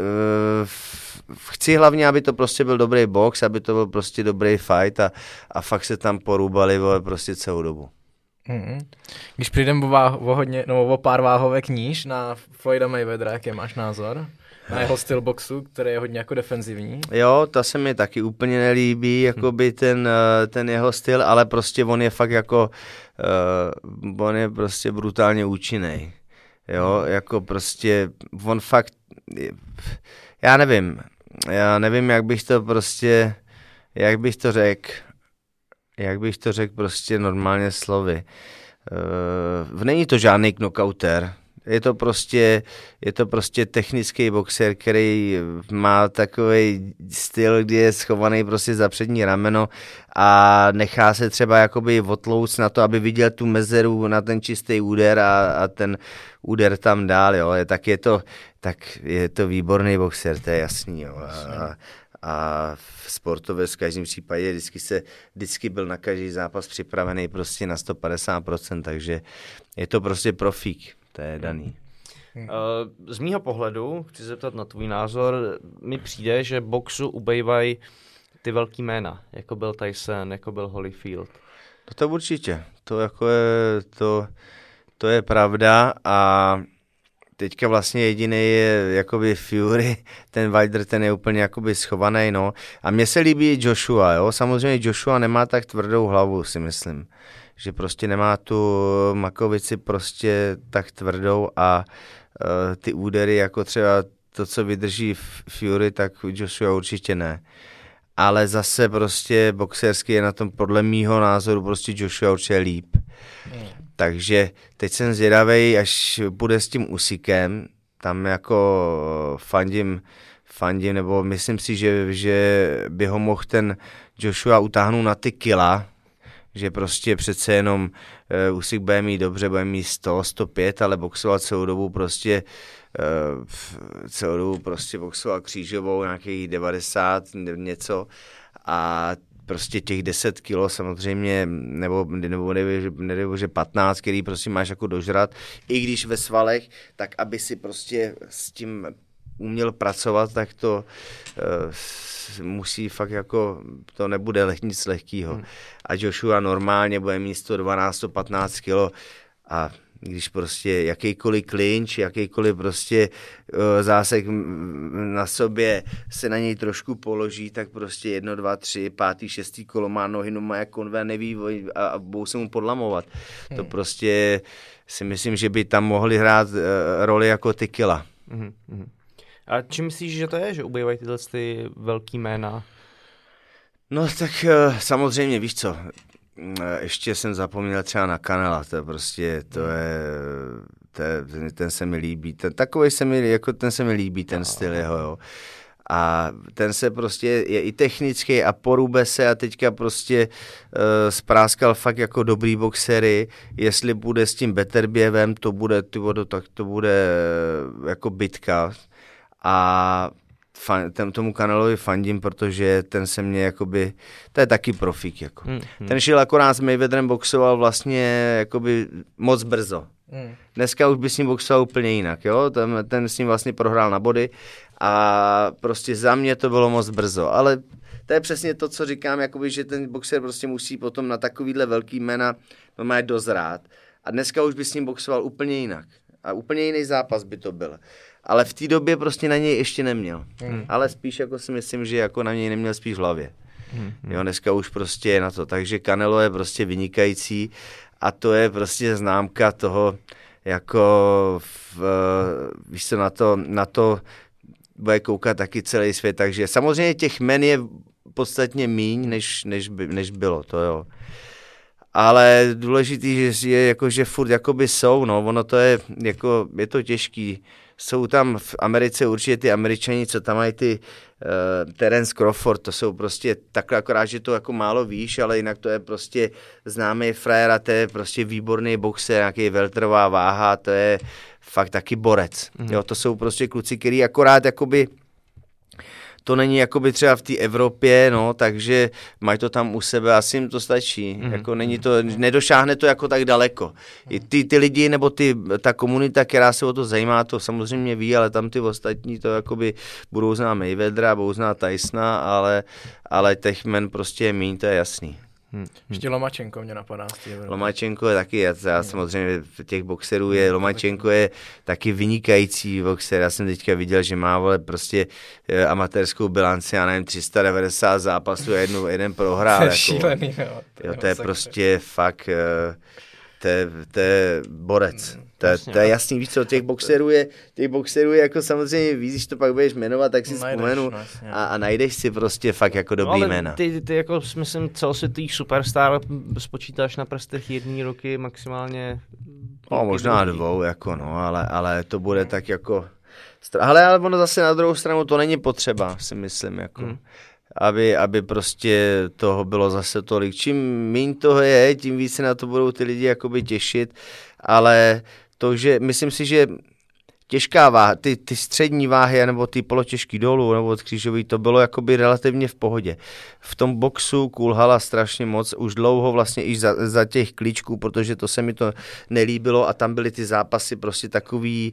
chci hlavně, aby to prostě byl dobrý box, aby to byl prostě dobrý fight a, a fakt se tam porůbali, vole, prostě celou dobu. Mm-hmm. Když přijdem o, váho, o, hodně, no, o pár váhovek níž na Floyda Mayweathera, jaký máš názor? Na jeho styl boxu, který je hodně jako defenzivní. Jo, to se mi taky úplně nelíbí, jakoby ten, ten jeho styl, ale prostě on je fakt jako, uh, on je prostě brutálně účinný. Jo, jako prostě, on fakt, já nevím, já nevím, jak bych to prostě, jak bych to řekl, jak bych to řekl prostě normálně slovy. Uh, není to žádný knockouter, je to prostě, je to prostě technický boxer, který má takový styl, kdy je schovaný prostě za přední rameno a nechá se třeba jakoby otlouct na to, aby viděl tu mezeru na ten čistý úder a, a ten úder tam dál, jo. Tak je to, tak je to výborný boxer, to je jasný, jo. A, a v sportově v každém případě vždycky, se, vždycky byl na každý zápas připravený prostě na sto padesát procent, takže je to prostě profík. To je daný. Z mýho pohledu, chci zeptat na tvůj názor, mi přijde, že boxu ubejvají ty velký jména, jako byl Tyson, jako byl Holyfield. No to určitě, to, jako je, to, to je pravda a teďka vlastně jediný je jakoby Fury, ten Wilder, ten je úplně jakoby schovaný, no. A mně se líbí Joshua, jo, samozřejmě Joshua nemá tak tvrdou hlavu, si myslím. Že prostě nemá tu makovici prostě tak tvrdou a uh, ty údery jako třeba to, co vydrží Fury, tak Joshua určitě ne. Ale zase prostě boxersky je na tom podle mýho názoru prostě Joshua určitě líp. Mm. Takže teď jsem zvědavej, až bude s tím Usykem, tam jako fandím, fandím nebo myslím si, že, že by ho mohl ten Joshua utáhnout na ty kila, že prostě přece jenom uh, Usyk bude mít dobře, bude mít sto, sto pět, ale boxoval celou dobu prostě uh, celou dobu prostě boxoval křížovou, nějakých devadesát něco a prostě těch deset kilo samozřejmě, nebo, nebo nebo že patnáct, který prostě máš jako dožrat, i když ve svalech, tak aby si prostě s tím uměl pracovat, tak to uh, musí fakt jako, to nebude nic lehkýho. Hmm. A Joshua normálně bude mít sto dvanáct, sto patnáct kilo a když prostě jakýkoliv clinch, jakýkoliv prostě uh, zásek na sobě se na něj trošku položí, tak prostě jedno, dva, tři, pátý, šestý kolo má nohy, no má jak konvé, neví a, a budou se mu podlamovat. Hmm. To prostě si myslím, že by tam mohli hrát uh, roli jako ty kila. Hmm. Hmm. A čím myslíš, že to je, že ubývají tyhle ty velký jména? No tak uh, samozřejmě, víš co, ještě jsem zapomněl třeba na Canela, to je prostě, to je, to je ten, ten se mi líbí, ten, takovej se mi, jako ten se mi líbí, ten styl jeho, jo. A ten se prostě je i technický a porube se a teďka prostě uh, spráskal fakt jako dobrý boxery, jestli bude s tím Beterbievem, to bude, ty vodo, tak to bude uh, jako bitka. A fan, ten, tomu Canelovi fandím, protože ten se mě jakoby, to je taky profík, jako. Hmm, hmm. Ten šel akorát s Mayweatherem boxoval vlastně jakoby moc brzo. Hmm. Dneska už by s ním boxoval úplně jinak, jo, ten, ten s ním vlastně prohrál na body a prostě za mě to bylo moc brzo, ale to je přesně to, co říkám, jakoby, že ten boxer prostě musí potom na takovýhle velký jména normálně dozrát a dneska už by s ním boxoval úplně jinak a úplně jiný zápas by to byl. Ale v té době prostě na něj ještě neměl. Hmm. Ale spíš jako si myslím, že jako na něj neměl spíš v hlavě. Hmm. Jo, dneska už prostě je na to. Takže Canelo je prostě vynikající a to je prostě známka toho, jako v, víš co, na to, na to bude koukat taky celý svět. Takže samozřejmě těch men je podstatně míň, než, než, by, než bylo, to jo. Ale důležitý že je, jako, že furt jakoby jsou, no, ono to je, jako, je to těžký. Jsou tam v Americe určitě ty Američani, co tam mají ty uh, Terence Crawford, to jsou prostě takhle akorát, že to jako málo víš, ale jinak to je prostě známý frajer a to je prostě výborný boxer, nějaký welterová váha, to je fakt taky borec. Mm. Jo, to jsou prostě kluci, který akorát jakoby to není jakoby třeba v té Evropě, no, takže mají to tam u sebe, asi jim to stačí. Mm. Jako není to, nedošáhne to jako tak daleko. I ty, ty lidi, nebo ty, ta komunita, která se o to zajímá, to samozřejmě ví, ale tam ty ostatní to jakoby budou znát Mayweathera, budou znát Tysona, ale, ale těch men prostě je míň, to je jasný. Hmm. Ještě Lomačenko mě napadá. Lomačenko je taky, já, já samozřejmě těch boxerů je, Lomačenko je taky vynikající boxer, já jsem teďka viděl, že má vole prostě eh, amatérskou bilanci, já nevím, tři sta devadesát zápasů a jednu, jeden prohrál. To je jako, šílený, jo. To, jo, to je prostě fakt, eh, to je, to je borec. To, jasně, to je jasný, víš co, těch boxerů je, těch boxerů je jako samozřejmě víc, když to pak budeš jmenovat, tak si no, vzpomenu no, a, a najdeš si prostě fakt jako dobrý no, jména. Ty, ty jako, myslím, celosvětový superstar spočítáš na prstech jedné ruky maximálně. No, možná dvou, jako no, ale, ale to bude tak jako, ale, ale ono zase na druhou stranu to není potřeba, si myslím, jako. Hmm. Aby, aby prostě toho bylo zase tolik. Čím míň toho je, tím víc se na to budou ty lidi jakoby těšit, ale to, že myslím si, že těžká váha, ty, ty střední váhy, nebo ty polotěžký dolů, nebo od křížový, to bylo jakoby relativně v pohodě. V tom boxu kulhala strašně moc, už dlouho vlastně i za, za těch klíčků, protože to se mi to nelíbilo a tam byly ty zápasy prostě takový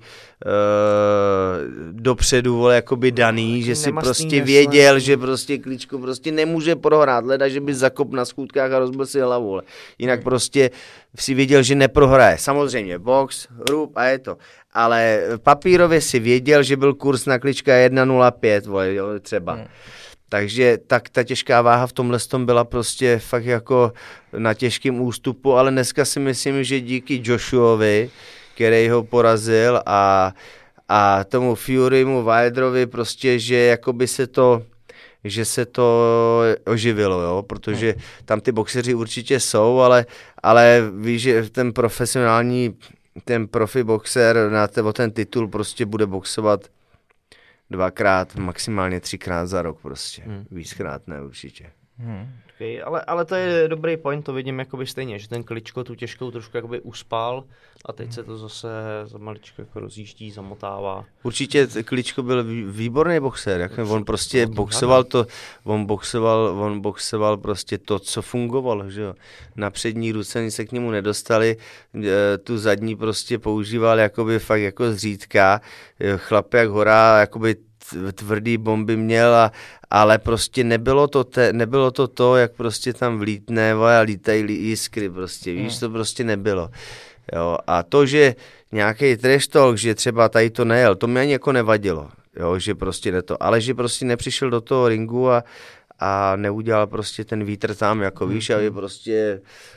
uh, dopředu, vole, jakoby daný, že si prostě věděl, že prostě klíčku prostě nemůže prohrát, leda, že by zakop na schůdkách a rozbil si hlavu, vole. Jinak prostě si věděl, že neprohraje. Samozřejmě box, hrub a je to. Ale papírově si věděl, že byl kurz na klička jedna nula pět, vole, jo, třeba. Hmm. Takže tak ta těžká váha v tomhle tom byla prostě fakt jako na těžkém ústupu, ale dneska si myslím, že díky Joshuovi, který ho porazil a, a tomu Furymu, Wilderovi prostě, že jakoby se to že se to oživilo, jo, protože tam ty boxeři určitě jsou, ale, ale víš, že ten profesionální, ten profi boxer na te, ten titul prostě bude boxovat dvakrát, maximálně třikrát za rok prostě, hmm. víckrát ne určitě. Hmm. Okay, ale, ale to je dobrý point, to vidím jakoby stejně, že ten Kličko tu těžkou trošku jakoby uspál a teď se to zase za maličko jako rozjíždí, zamotává. Určitě Kličko byl výborný boxer, jak on prostě boxoval to, on boxoval, on boxoval prostě to, co fungovalo, že jo. Na přední ruce se k němu nedostali, tu zadní prostě používal jakoby fakt jako zřídka, chlap jak hora, jakoby tvrdý bomby měl, a, ale prostě nebylo to, te, nebylo to to, jak prostě tam vlítne a lítají jiskry prostě, víš, to prostě nebylo. Jo, a to, že nějaký trash talk, že třeba tady to nejel, to mi ani jako nevadilo, jo, že prostě ne to, ale že prostě nepřišel do toho ringu a, a neudělal prostě ten vítr tam, jako víš, a je prostě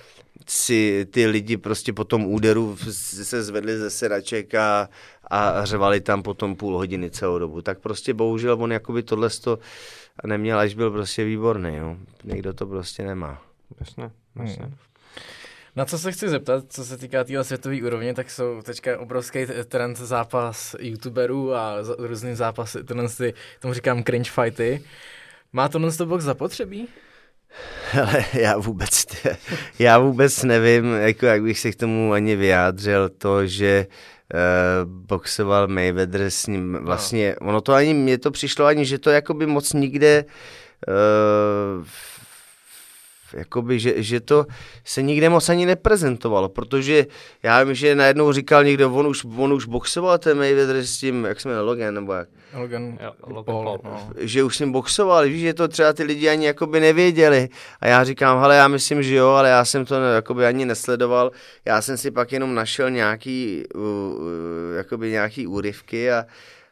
si ty lidi prostě po tom úderu se zvedli ze sedaček a, a řvali tam potom půl hodiny celou dobu. Tak prostě bohužel on jakoby tohleto neměl, až byl prostě výborný. No. Někdo to prostě nemá. Jasně, jasně. Hmm. Na co se chci zeptat, co se týká téhle světové úrovně, tak jsou teďka obrovský trend zápas youtuberů a různý zápasy, ty, tomu říkám cringe fighty. Má to non-stop box zapotřebí? Ale já vůbec, já vůbec nevím, jako jak bych se k tomu ani vyjádřil, to, že boxoval Mayweather s ním vlastně, ono to ani, mně to přišlo ani, že to jakoby moc nikde, uh, jakoby, že, že to se nikde moc ani neprezentovalo, protože já vím, že najednou říkal někdo, on už, on už boxoval ten Mayweather s tím, jak se jmenuje, Logan, nebo jak? Logan, Jo, Logan Paul, Paul. no. Že už s ním boxoval, víš, že to třeba ty lidi ani jakoby nevěděli. A já říkám, hele, já myslím, že jo, ale já jsem to jakoby ani nesledoval. Já jsem si pak jenom našel nějaký, uh, uh, jakoby nějaký úryvky a,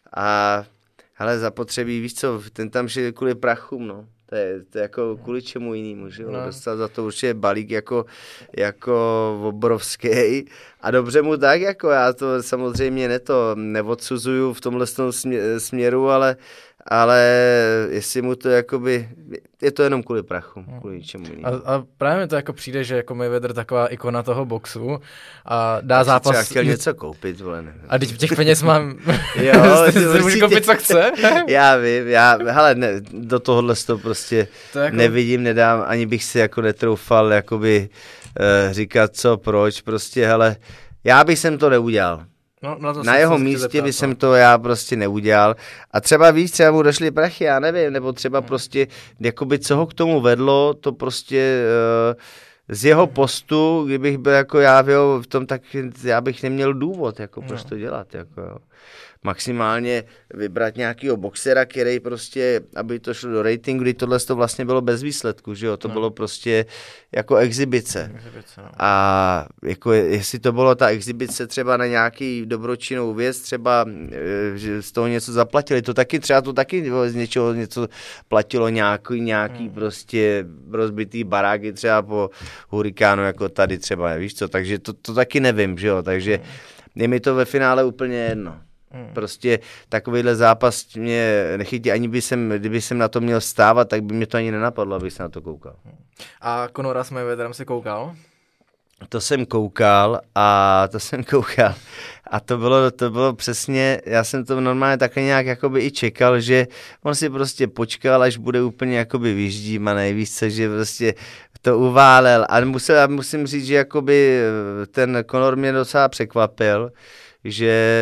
a hele, zapotřebí, víš co, ten tam šel kvůli prachům, no. To je, to je jako kvůli čemu jinému, že jo, no. Dostal za to určitě balík jako, jako obrovský a dobře mu tak, jako já to samozřejmě ne to neodsuzuju v tomhle směru, ale, ale jestli mu to jakoby, je to jenom kvůli prachu, kvůli čemu jinému. A, a právě mi to jako přijde, že jako Mayweather taková ikona toho boxu a dá tak zápas... Třeba chtěl něco koupit, vole, nevím. A teď těch peněz mám... Jo, si můžu koupit, co chce? Já vím, já, hele, ne, do tohohle to prostě to jako... nevidím, nedám, ani bych si jako netroufal, jakoby uh, říkat co, proč, prostě, hele, já bych jsem to neudělal. No, no to na jeho místě by jsem to já prostě neudělal. A třeba víc, třeba mu došly prachy, já nevím, nebo třeba hmm. prostě, jakoby co ho k tomu vedlo, to prostě uh, z jeho postu, kdybych byl jako já v tom, tak já bych neměl důvod, jako no. proč to dělat, jako jo. Maximálně vybrat nějakého boxera, který prostě, aby to šlo do ratingu, kdy tohle to vlastně bylo bez výsledku, že jo, to no. bylo prostě jako exibice. exibice no. A jako jestli to bylo ta exibice třeba na nějaký dobročinnou věc, třeba že z toho něco zaplatili, to taky třeba to taky z něčeho něco platilo nějaký, nějaký hmm. prostě rozbitý baráky třeba po hurikánu, jako tady třeba, víš co, takže to, to taky nevím, že jo, takže hmm. je mi to ve finále úplně jedno. Hmm. Prostě takovýhle zápas mě nechytí, ani by jsem, kdyby jsem na to měl stávat, tak by mě to ani nenapadlo, abych se na to koukal. A Conora s Mayweatherem se koukal? To jsem koukal a to jsem koukal a to bylo, to bylo přesně, já jsem to normálně takhle nějak jakoby i čekal, že on si prostě počkal, až bude úplně jakoby vyždímaný, víš co, že prostě to uválel a musel, musím říct, že jakoby ten Conor mě docela překvapil, že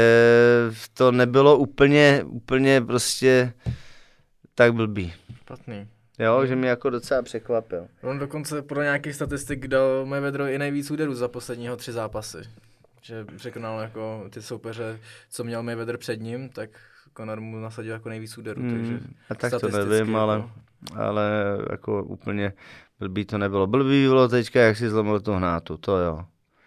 to nebylo úplně, úplně prostě tak blbý. Špatný. Jo, mm. že mě jako docela překvapil. On dokonce podle nějakých statistik dal Mayweatherovi i nejvíc úderů za posledního tři zápasy. Že překonal jako ty soupeře, co měl Mayweather před ním, tak Conor mu nasadil jako nejvíc úderů. Mm. Takže a tak to nevím, ale, jako... ale jako úplně blbý to nebylo. Blbý bylo teďka, jak si zlomil tu hnátu, to jo.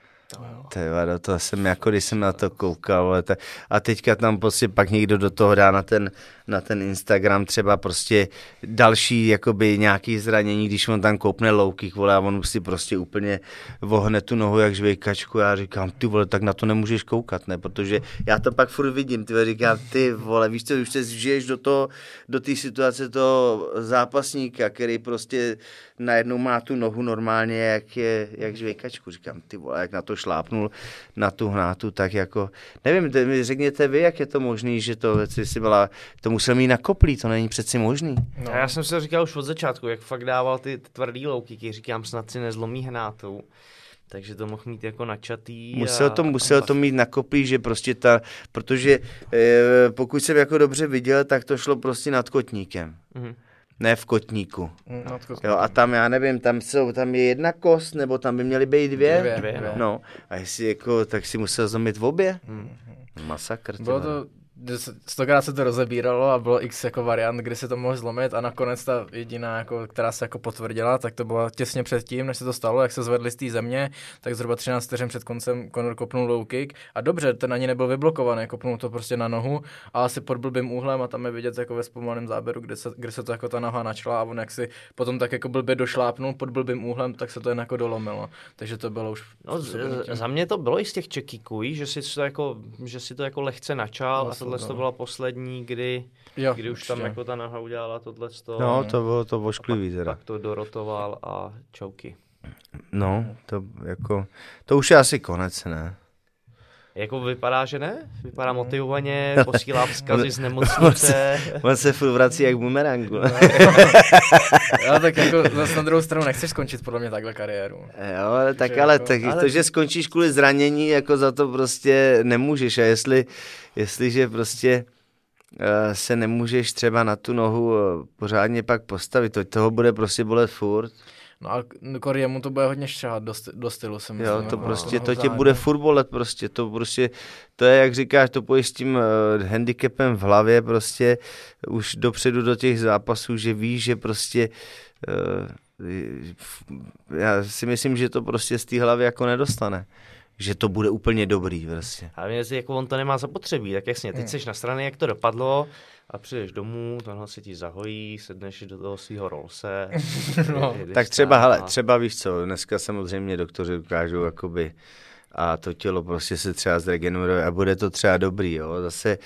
To, to jsem jako, když jsem na to koukal, a teďka tam prostě pak někdo do toho dá na ten, na ten Instagram třeba prostě další jakoby nějaký zranění, když on tam koupne low kick, vole, a on si prostě úplně vohne tu nohu jak žvejkačku, já říkám, ty vole, tak na to nemůžeš koukat, ne, protože já to pak furt vidím, ty vole, říkám, ty vole, víš co, už se žiješ do toho, do té situace toho zápasníka, který prostě najednou má tu nohu normálně jak je, jak žvejkačku, říkám, ty vole, jak na to šlápnul na tu hnátu, tak jako, nevím, mi řekněte vy, jak je to možný, že to, si byla, to musel mít na koplí, to není přeci možný. No. A já jsem si říkal už od začátku, jak fakt dával ty tvrdý low kicky, říkám, snad si nezlomí hnátou, takže to mohl mít jako načatý. Musel to, musel to mít na koplí, že prostě ta, protože e, pokud jsem jako dobře viděl, tak to šlo prostě nad kotníkem. Mm-hmm. Ne v kotníku. Mm, jo, a tam, já nevím, tam, jsou, tam je jedna kost, nebo tam by měly být dvě? Dvě, dvě no. no. A jestli jako, tak si musel zlomit v obě? Mm. Masakr. Bylo to, stokrát se to rozebíralo a bylo x jako variant, kdy se to mohl zlomit a nakonec ta jediná, jako, která se jako potvrdila, tak to byla těsně předtím, než se to stalo, jak se zvedli z té země, tak zhruba třináct vteřin před koncem Conor kopnul low kick a dobře, ten ani nebyl vyblokovaný, kopnul to prostě na nohu a asi pod blbým úhlem a tam je vidět jako ve zpomaleném záběru, kde se, kde se to jako ta noha načla a on jak si potom tak jako blbě došlápnul pod blbým úhlem, tak se to jen jako dolomilo, takže to bylo už... No, z, za mě to bylo i z těch čekíků, že si to jako, že si to jako lehce načal a tohle to byla poslední, kdy, jo, kdy už tam jako ta noha udělala tohleto. No, to bylo to vošklivý teda. Tak to dorotoval a čauky. No, to jako, to už je asi konec, ne? Jako vypadá, že ne? Vypadá motivovaně, posílá vzkazy z nemocnice. On se furt vrací jak bumerangu. No, jo, tak jako zase na druhou stranu nechceš skončit podle mě takhle kariéru. Jo, ale tak že ale, jako, tak ale... to, že skončíš kvůli zranění, jako za to prostě nemůžeš. A jestli, jestliže prostě uh, se nemůžeš třeba na tu nohu uh, pořádně pak postavit, to toho bude prostě bolet furt. No a Coryjemu to bude hodně šťáhat do, st- do stylu, si myslím. Jo, to jako prostě, toho to tě zájmu. bude furt bolet prostě, to prostě, to je, jak říkáš, to pojď s tím uh, handicapem v hlavě prostě už dopředu do těch zápasů, že víš, že prostě, uh, já si myslím, že to prostě z té hlavy jako nedostane. Že to bude úplně dobrý prostě. Ale jestli jako on to nemá zapotřebí, tak jasně, teď jsi na straně, jak to dopadlo, a přijdeš domů, tenhle si ti zahojí, sedneš do toho svého Rollse. No. Tak třeba, hele, třeba víš co, dneska samozřejmě doktoři dokážou jakoby a to tělo prostě se třeba zregeneruje a bude to třeba dobrý, jo. Zase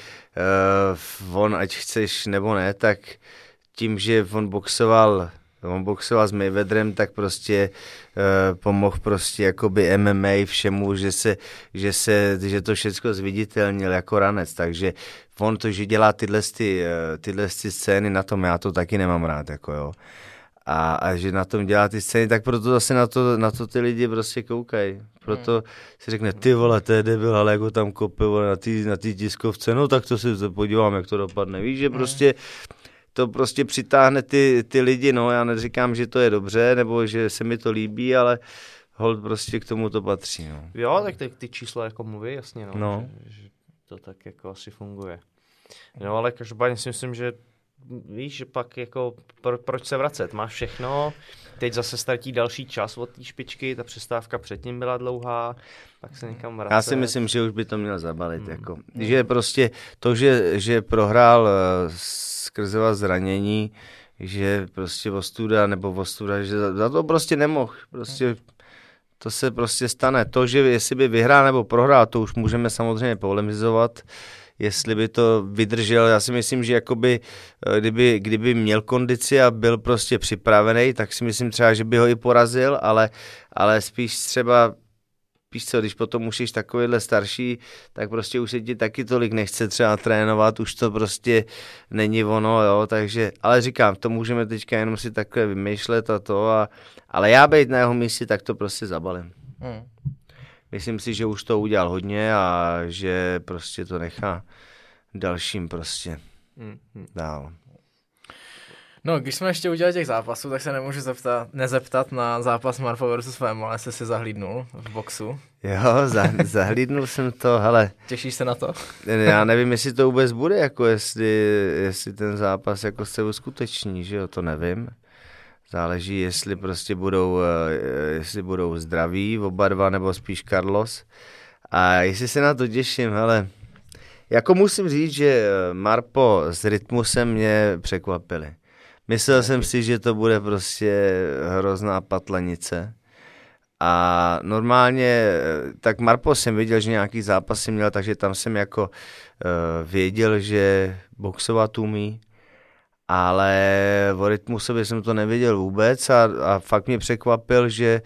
uh, on, ať chceš nebo ne, tak tím, že on boxoval On boxoval s Mayweatherem, tak prostě uh, pomohl prostě jakoby M M A všemu, že se, že se, že to všechno zviditelnil jako ranec, takže on to, že dělá tyhle, ty, uh, tyhle ty scény na tom, já to taky nemám rád, jako jo. A, a že na tom dělá ty scény, tak proto zase na to, na to ty lidi prostě koukají. Proto hmm. si řekne, ty vole, to je debil, ale jako tam kope na té na tiskovce, no tak to si podívám, jak to dopadne. Víš, že prostě to prostě přitáhne ty, ty lidi, no, já neříkám, že to je dobře, nebo že se mi to líbí, ale hold prostě k tomu to patří, no. Jo, tak ty, ty čísla jako mluví, jasně, no, no. Že, že to tak jako asi funguje. No, ale každopádně si myslím, že víš, že pak jako pro, proč se vracet, máš všechno, teď zase ztratí další čas od té špičky, ta přestávka předtím byla dlouhá, pak se někam vracet. Já si myslím, že už by to měl zabalit, hmm. jako, že prostě to, že, že prohrál uh, skrze zranění, že prostě ostuda nebo ostuda, že za, za to prostě nemohl, prostě to se prostě stane. To, že jestli by vyhrál nebo prohrál, to už můžeme samozřejmě polemizovat, jestli by to vydržel. Já si myslím, že jakoby, kdyby, kdyby měl kondici a byl prostě připravený, tak si myslím třeba, že by ho i porazil, ale, ale spíš třeba, víš co, když potom už jsi takovýhle starší, tak prostě už se ti taky tolik nechce třeba trénovat, už to prostě není ono, jo, takže, ale říkám, to můžeme teďka jenom si takhle vymýšlet a to, a, ale já být na jeho místě, tak to prostě zabalím. Hmm. Myslím si, že už to udělal hodně a že prostě to nechá dalším prostě hmm. dál. No, když jsme ještě udělali těch zápasů, tak se nemůžu zeptat, nezeptat na zápas Marpo versus Vémola, jestli jsi zahlídnul v boxu. Jo, za, zahlídnul jsem to, hele. Těšíš se na to? Já nevím, jestli to vůbec bude, jako jestli, jestli ten zápas jako se uskuteční, že jo, to nevím. Záleží, jestli prostě budou, jestli budou zdraví oba dva, nebo spíš Carlos. A jestli se na to těším, hele, jako musím říct, že Marpo s Rytmusem mě překvapili. Myslel jsem si, že to bude prostě hrozná patlanice. A normálně, tak Marpo jsem viděl, že nějaký zápasy měl, takže tam jsem jako uh, věděl, že boxovat umí. Ale o Rytmusovi jsem to nevěděl vůbec a, a fakt mě překvapil, že,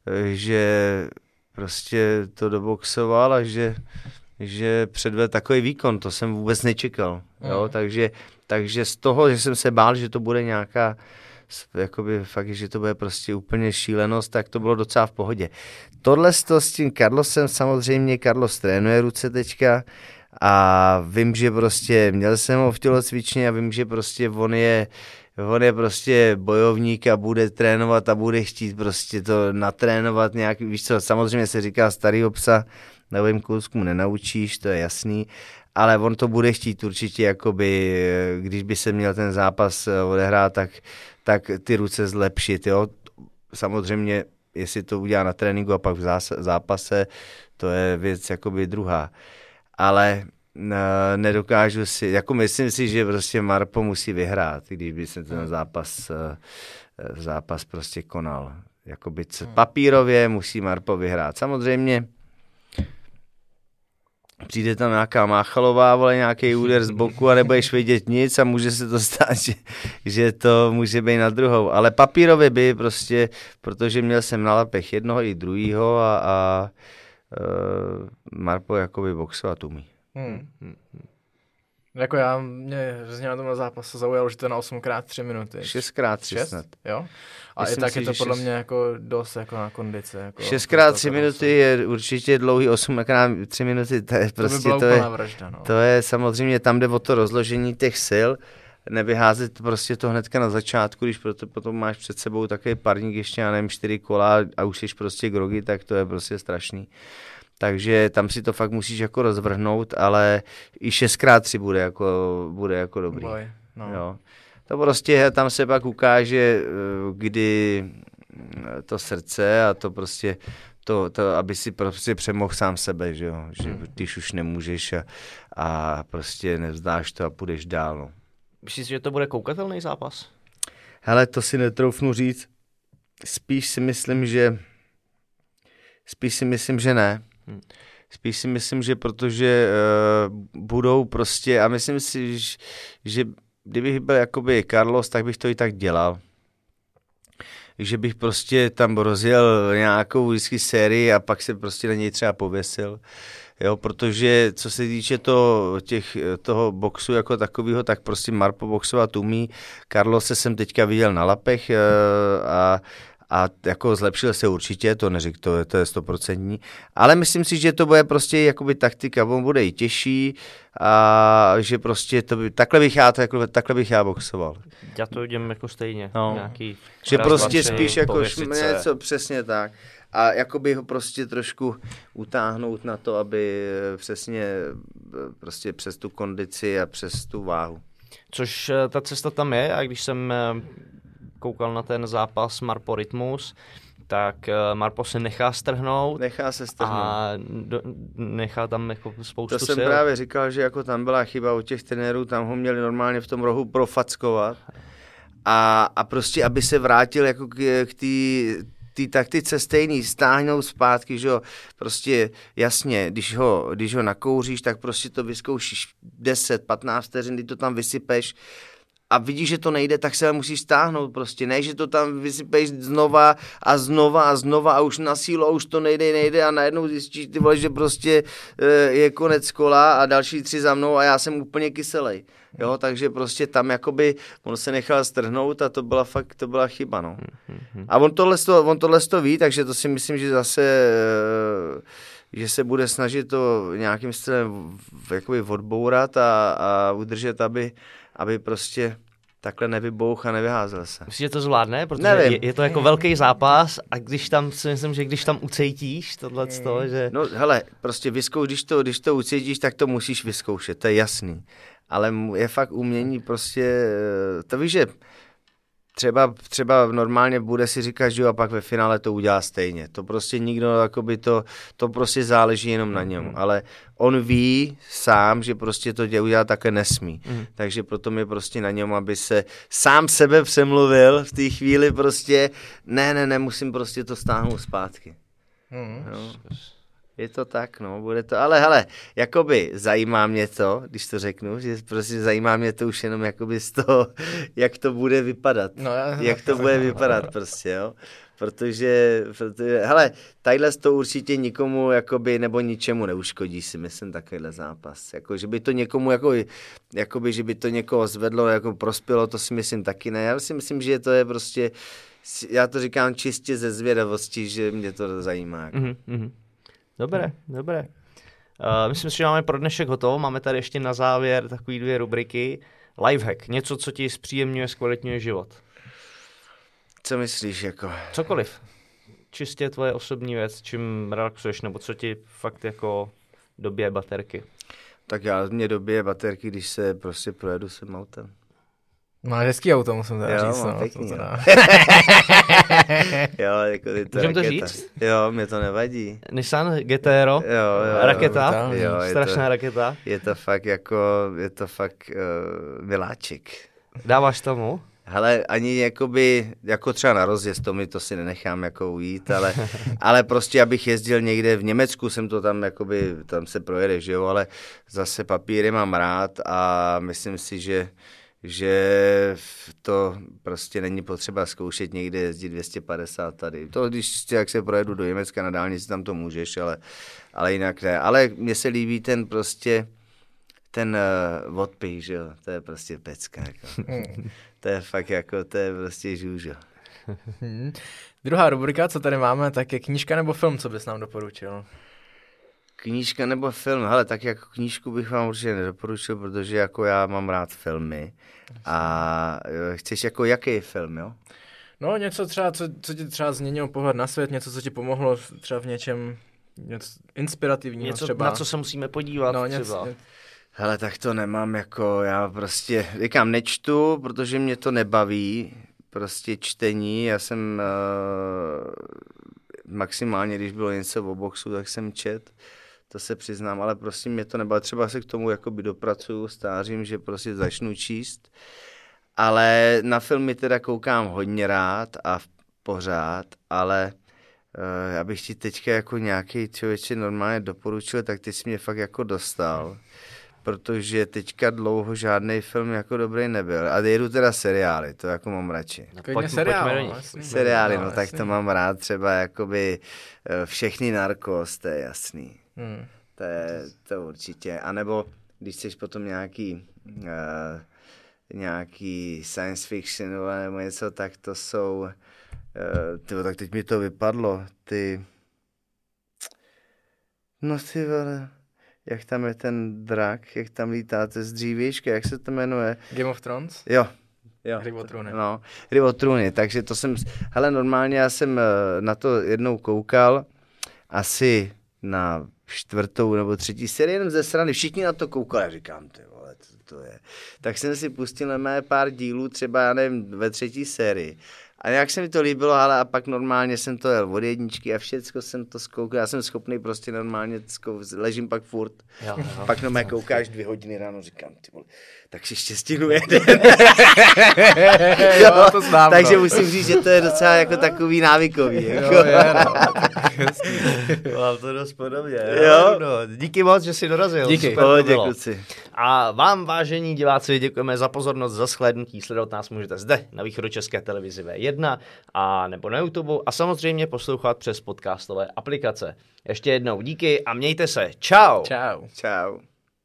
že prostě to doboxoval a že, že předvedl takový výkon, to jsem vůbec nečekal. Mm. Jo? Takže, takže z toho, že jsem se bál, že to bude nějaká, jakoby fakt, že to bude prostě úplně šílenost, tak to bylo docela v pohodě. Tohle s tím Carlosem, samozřejmě Carlos trénuje ruce teďka, a vím, že prostě měl jsem ho v tělocvičně a vím, že prostě on je, on je prostě bojovník a bude trénovat a bude chtít prostě to natrénovat nějak, víš co, samozřejmě se říká starýho psa novým kouskům nenaučíš, to je jasný, ale on to bude chtít určitě, jakoby, když by se měl ten zápas odehrát, tak, tak ty ruce zlepšit, jo. Samozřejmě, jestli to udělá na tréninku a pak v zápase, to je věc jakoby druhá. Ale nedokážu si, jako myslím si, že prostě Marpo musí vyhrát, když by se ten zápas, zápas prostě konal. Jakoby papírově musí Marpo vyhrát. Samozřejmě přijde tam nějaká Máchalová, vole, nějaký úder z boku a nebudeš vědět nic a může se to stát, že, že to může být na druhou. Ale papírově by prostě, protože měl jsem na lapech jednoho i druhýho a, a uh, Marpo jakoby boxovat umí. Hmm. Jako já, mě hrozně na tomhle zápasu zaujalo, že to je na osm krát tři minuty. šest krát tři šest? snad. Jo? A Myslím i tak si, je to že podle šest... mě jako dost jako na kondici. Jako šest krát tři minuty je určitě dlouhý, osm krát tři minuty, to je to prostě, by byla to je, vražda, no. to je samozřejmě tam jde o to rozložení těch sil, nevyházet prostě to hnedka na začátku, když proto potom máš před sebou takový parník ještě, já nevím, čtyři kola a už jsi prostě grogy, tak to je prostě strašný. Takže tam si to fakt musíš jako rozvrhnout, ale i šest krát tři bude jako, bude jako dobrý. Boj, no. Jo. To prostě tam se pak ukáže, kdy to srdce a to prostě, to, to aby si prostě přemohl sám sebe, že jo, že když už nemůžeš a, a prostě nevzdáš to a půjdeš dál, no. Myslíš, že to bude koukatelný zápas? Hele, to si netroufnu říct, spíš si myslím, že spíš si myslím, že ne. Hmm. Spíš si myslím, že protože uh, budou prostě, a myslím si, že, že kdybych byl jakoby Carlos, tak bych to i tak dělal. Že bych prostě tam rozjel nějakou vždycky sérii a pak se prostě na něj třeba pověsil. Jo, protože co se týče to, těch, toho boxu jako takového, tak prostě Marpo boxovat umí. Carlos se jsem teďka viděl na lapech uh, a A jako zlepšil se určitě, to neřekl, to, to je stoprocentní. Ale myslím si, že to bude prostě jakoby taktika, on bude i těžší a že prostě to by, takhle bych já, takhle, takhle bych já boxoval. Já to vidím jako stejně. No. Nějaký že raz, prostě dva, spíš jako pověsice. něco, přesně tak. A jakoby ho prostě trošku utáhnout na to, aby přesně prostě přes tu kondici a přes tu váhu. Což ta cesta tam je, a když jsem koukal na ten zápas Marpo Rytmus, tak Marpo se nechá strhnout. Nechá se strhnout. A do, nechá tam jako spoustu To jsem sil. právě říkal, že jako tam byla chyba u těch trenérů, tam ho měli normálně v tom rohu profackovat. A, a prostě, aby se vrátil jako k, k té taktice stejný, stáhnout zpátky, že jo, prostě jasně, když ho, když ho nakouříš, tak prostě to vyzkoušíš deset patnáct vteřin, kdy to tam vysypeš, a vidíš, že to nejde, tak se musíš stáhnout prostě, ne, že to tam vysypeš znova a znova a znova a už na sílu a už to nejde, nejde a najednou zjistíš, ty vole, že prostě e, je konec kola a další tři za mnou a já jsem úplně kyselej, jo, takže prostě tam jakoby on se nechal strhnout a to byla fakt, to byla chyba, no. A on tohle, on tohle to ví, takže to si myslím, že zase, e, že se bude snažit to nějakým stylem jakoby odbourat a, a udržet, aby aby prostě takhle nevybouch a nevyházel se. Myslíš, že to zvládne? Protože je, je to jako velký zápas a když tam si myslím, že když tam ucítíš tohleto, že... No hele, prostě vyzkouš, když to, když to ucítíš, tak to musíš vyzkoušet, to je jasný. Ale je fakt umění prostě, to víš, že třeba, třeba normálně bude si říkat, že jo, a pak ve finále to udělá stejně. To prostě nikdo, jakoby to, to prostě záleží jenom na něm. Ale on ví sám, že prostě to udělat také nesmí. Mm. Takže proto je prostě na něm, aby se sám sebe přemluvil v té chvíli prostě, ne, ne, ne, musím prostě to stáhnout zpátky. Mm. No. Je to tak, no, bude to, ale hele, jakoby zajímá mě to, když to řeknu, že prostě zajímá mě to už jenom jakoby z toho, jak to bude vypadat, no, já, jak to bude vypadat prostě, jo, protože, protože hele, tadyhle to určitě nikomu jakoby, nebo ničemu neuškodí, si myslím, takovýhle zápas, jako, že by to někomu, jako, jakoby, že by to někoho zvedlo, jako prospělo, to si myslím taky ne, já si myslím, že to je prostě, já to říkám čistě ze zvědavosti, že mě to zajímá, jako. Mm-hmm. Dobré, dobré. Uh, myslím si, že máme pro dnešek hotovo. Máme tady ještě na závěr takový dvě rubriky. Lifehack, něco, co ti zpříjemňuje, zkvalitňuje život. Co myslíš, jako? Cokoliv. Čistě tvoje osobní věc, čím relaxuješ, nebo co ti fakt jako dobije baterky. Tak já mě dobije baterky, když se prostě projedu svým autem. Máš hezký auto, musím teda jo, říct. No, pěkný, to teda. jo, jako ty to Můžem raketa. to říct? Jo, mě to nevadí. Nissan G T R, jo, jo, raketa, jo, jo, strašná je to, raketa. Je to fakt jako, je to fakt uh, miláček. Dáváš tomu? Hele, ani jakoby, jako třeba na rozjezd, to mi to si nenechám jako ujít, ale, ale prostě abych jezdil někde v Německu, jsem to tam jakoby, tam se projede, že jo, ale zase papíry mám rád a myslím si, že že to prostě není potřeba zkoušet někde jezdit dvě stě padesát tady. To, když jak se projedu do Německa na dálnici, tam to můžeš, ale, ale jinak ne. Ale mně se líbí ten prostě, ten uh, odpich, že jo, to je prostě pecka. Jako. To je fakt jako, to je prostě žůžo. Hmm. Druhá rubrika, co tady máme, tak je knížka nebo film, co bys nám doporučil? Knížka nebo film, hele, tak jako knížku bych vám určitě nedoporučil, protože jako já mám rád filmy. A chceš jako jaký film, jo? No něco třeba, co, co ti třeba změnilo pohled na svět, něco, co ti pomohlo třeba v něčem něco inspirativního něco, třeba. Na co se musíme podívat no, třeba. Něco, hele, tak to nemám jako, já prostě, říkám, nečtu, protože mě to nebaví, prostě čtení, já jsem uh, maximálně, když bylo něco o boxu, tak jsem čet, to se přiznám, ale prostě mě to nebaví, třeba se k tomu jakoby dopracuju stářím, že prostě začnu číst, ale na filmy teda koukám hodně rád a pořád, ale uh, já bych ti teďka jako nějaký člověče normálně doporučil, tak ty jsi mě fakt jako dostal, protože teďka dlouho žádný film jako dobrý nebyl. A jedu teda seriály, to jako mám radši. No, pojď, seriál, no, seriály, no, no tak to mám rád, třeba jakoby Všechny narkos, to je jasný. Hmm. To je to určitě. A nebo když chceš potom nějaký uh, nějaký science fiction nebo něco, tak to jsou uh, tyvo, tak teď mi to vypadlo, ty no ty vole, jak tam je ten drak, jak tam lítáte z dřívějška, jak se to jmenuje? Game of Thrones? Jo. Jo. Hry o trůny. No, Hry o trůny, takže to jsem, hele, normálně já jsem na to jednou koukal, asi na čtvrtou nebo třetí sérii, jenom ze strany, všichni na to koukali, říkám, ty vole, to, to je. Tak jsem si pustil na mé pár dílů, třeba, já nevím, ve třetí sérii. A nějak se mi to líbilo, ale a pak normálně jsem to jel od jedničky a všecko jsem to zkoukal. Já jsem schopný prostě normálně, zkou, ležím pak furt. Jo, jo, pak normálně koukáš dvě hodiny ráno, říkám, ty vole, tak si štěstinu jeden. Jo, to znám, takže no. musím říct, že to je docela jako takový návykový. Jako. Jo, je, no. Mám to dost podobně. Jo? No, díky moc, že jsi dorazil. Díky. Super to bylo. Kluci. A vám, vážení diváci, děkujeme za pozornost, za shlédnutí. Sledovat nás můžete zde na Východočeské televizi V jedna a nebo na YouTube a samozřejmě poslouchat přes podcastové aplikace. Ještě jednou díky a mějte se. Čau. Čau. Čau.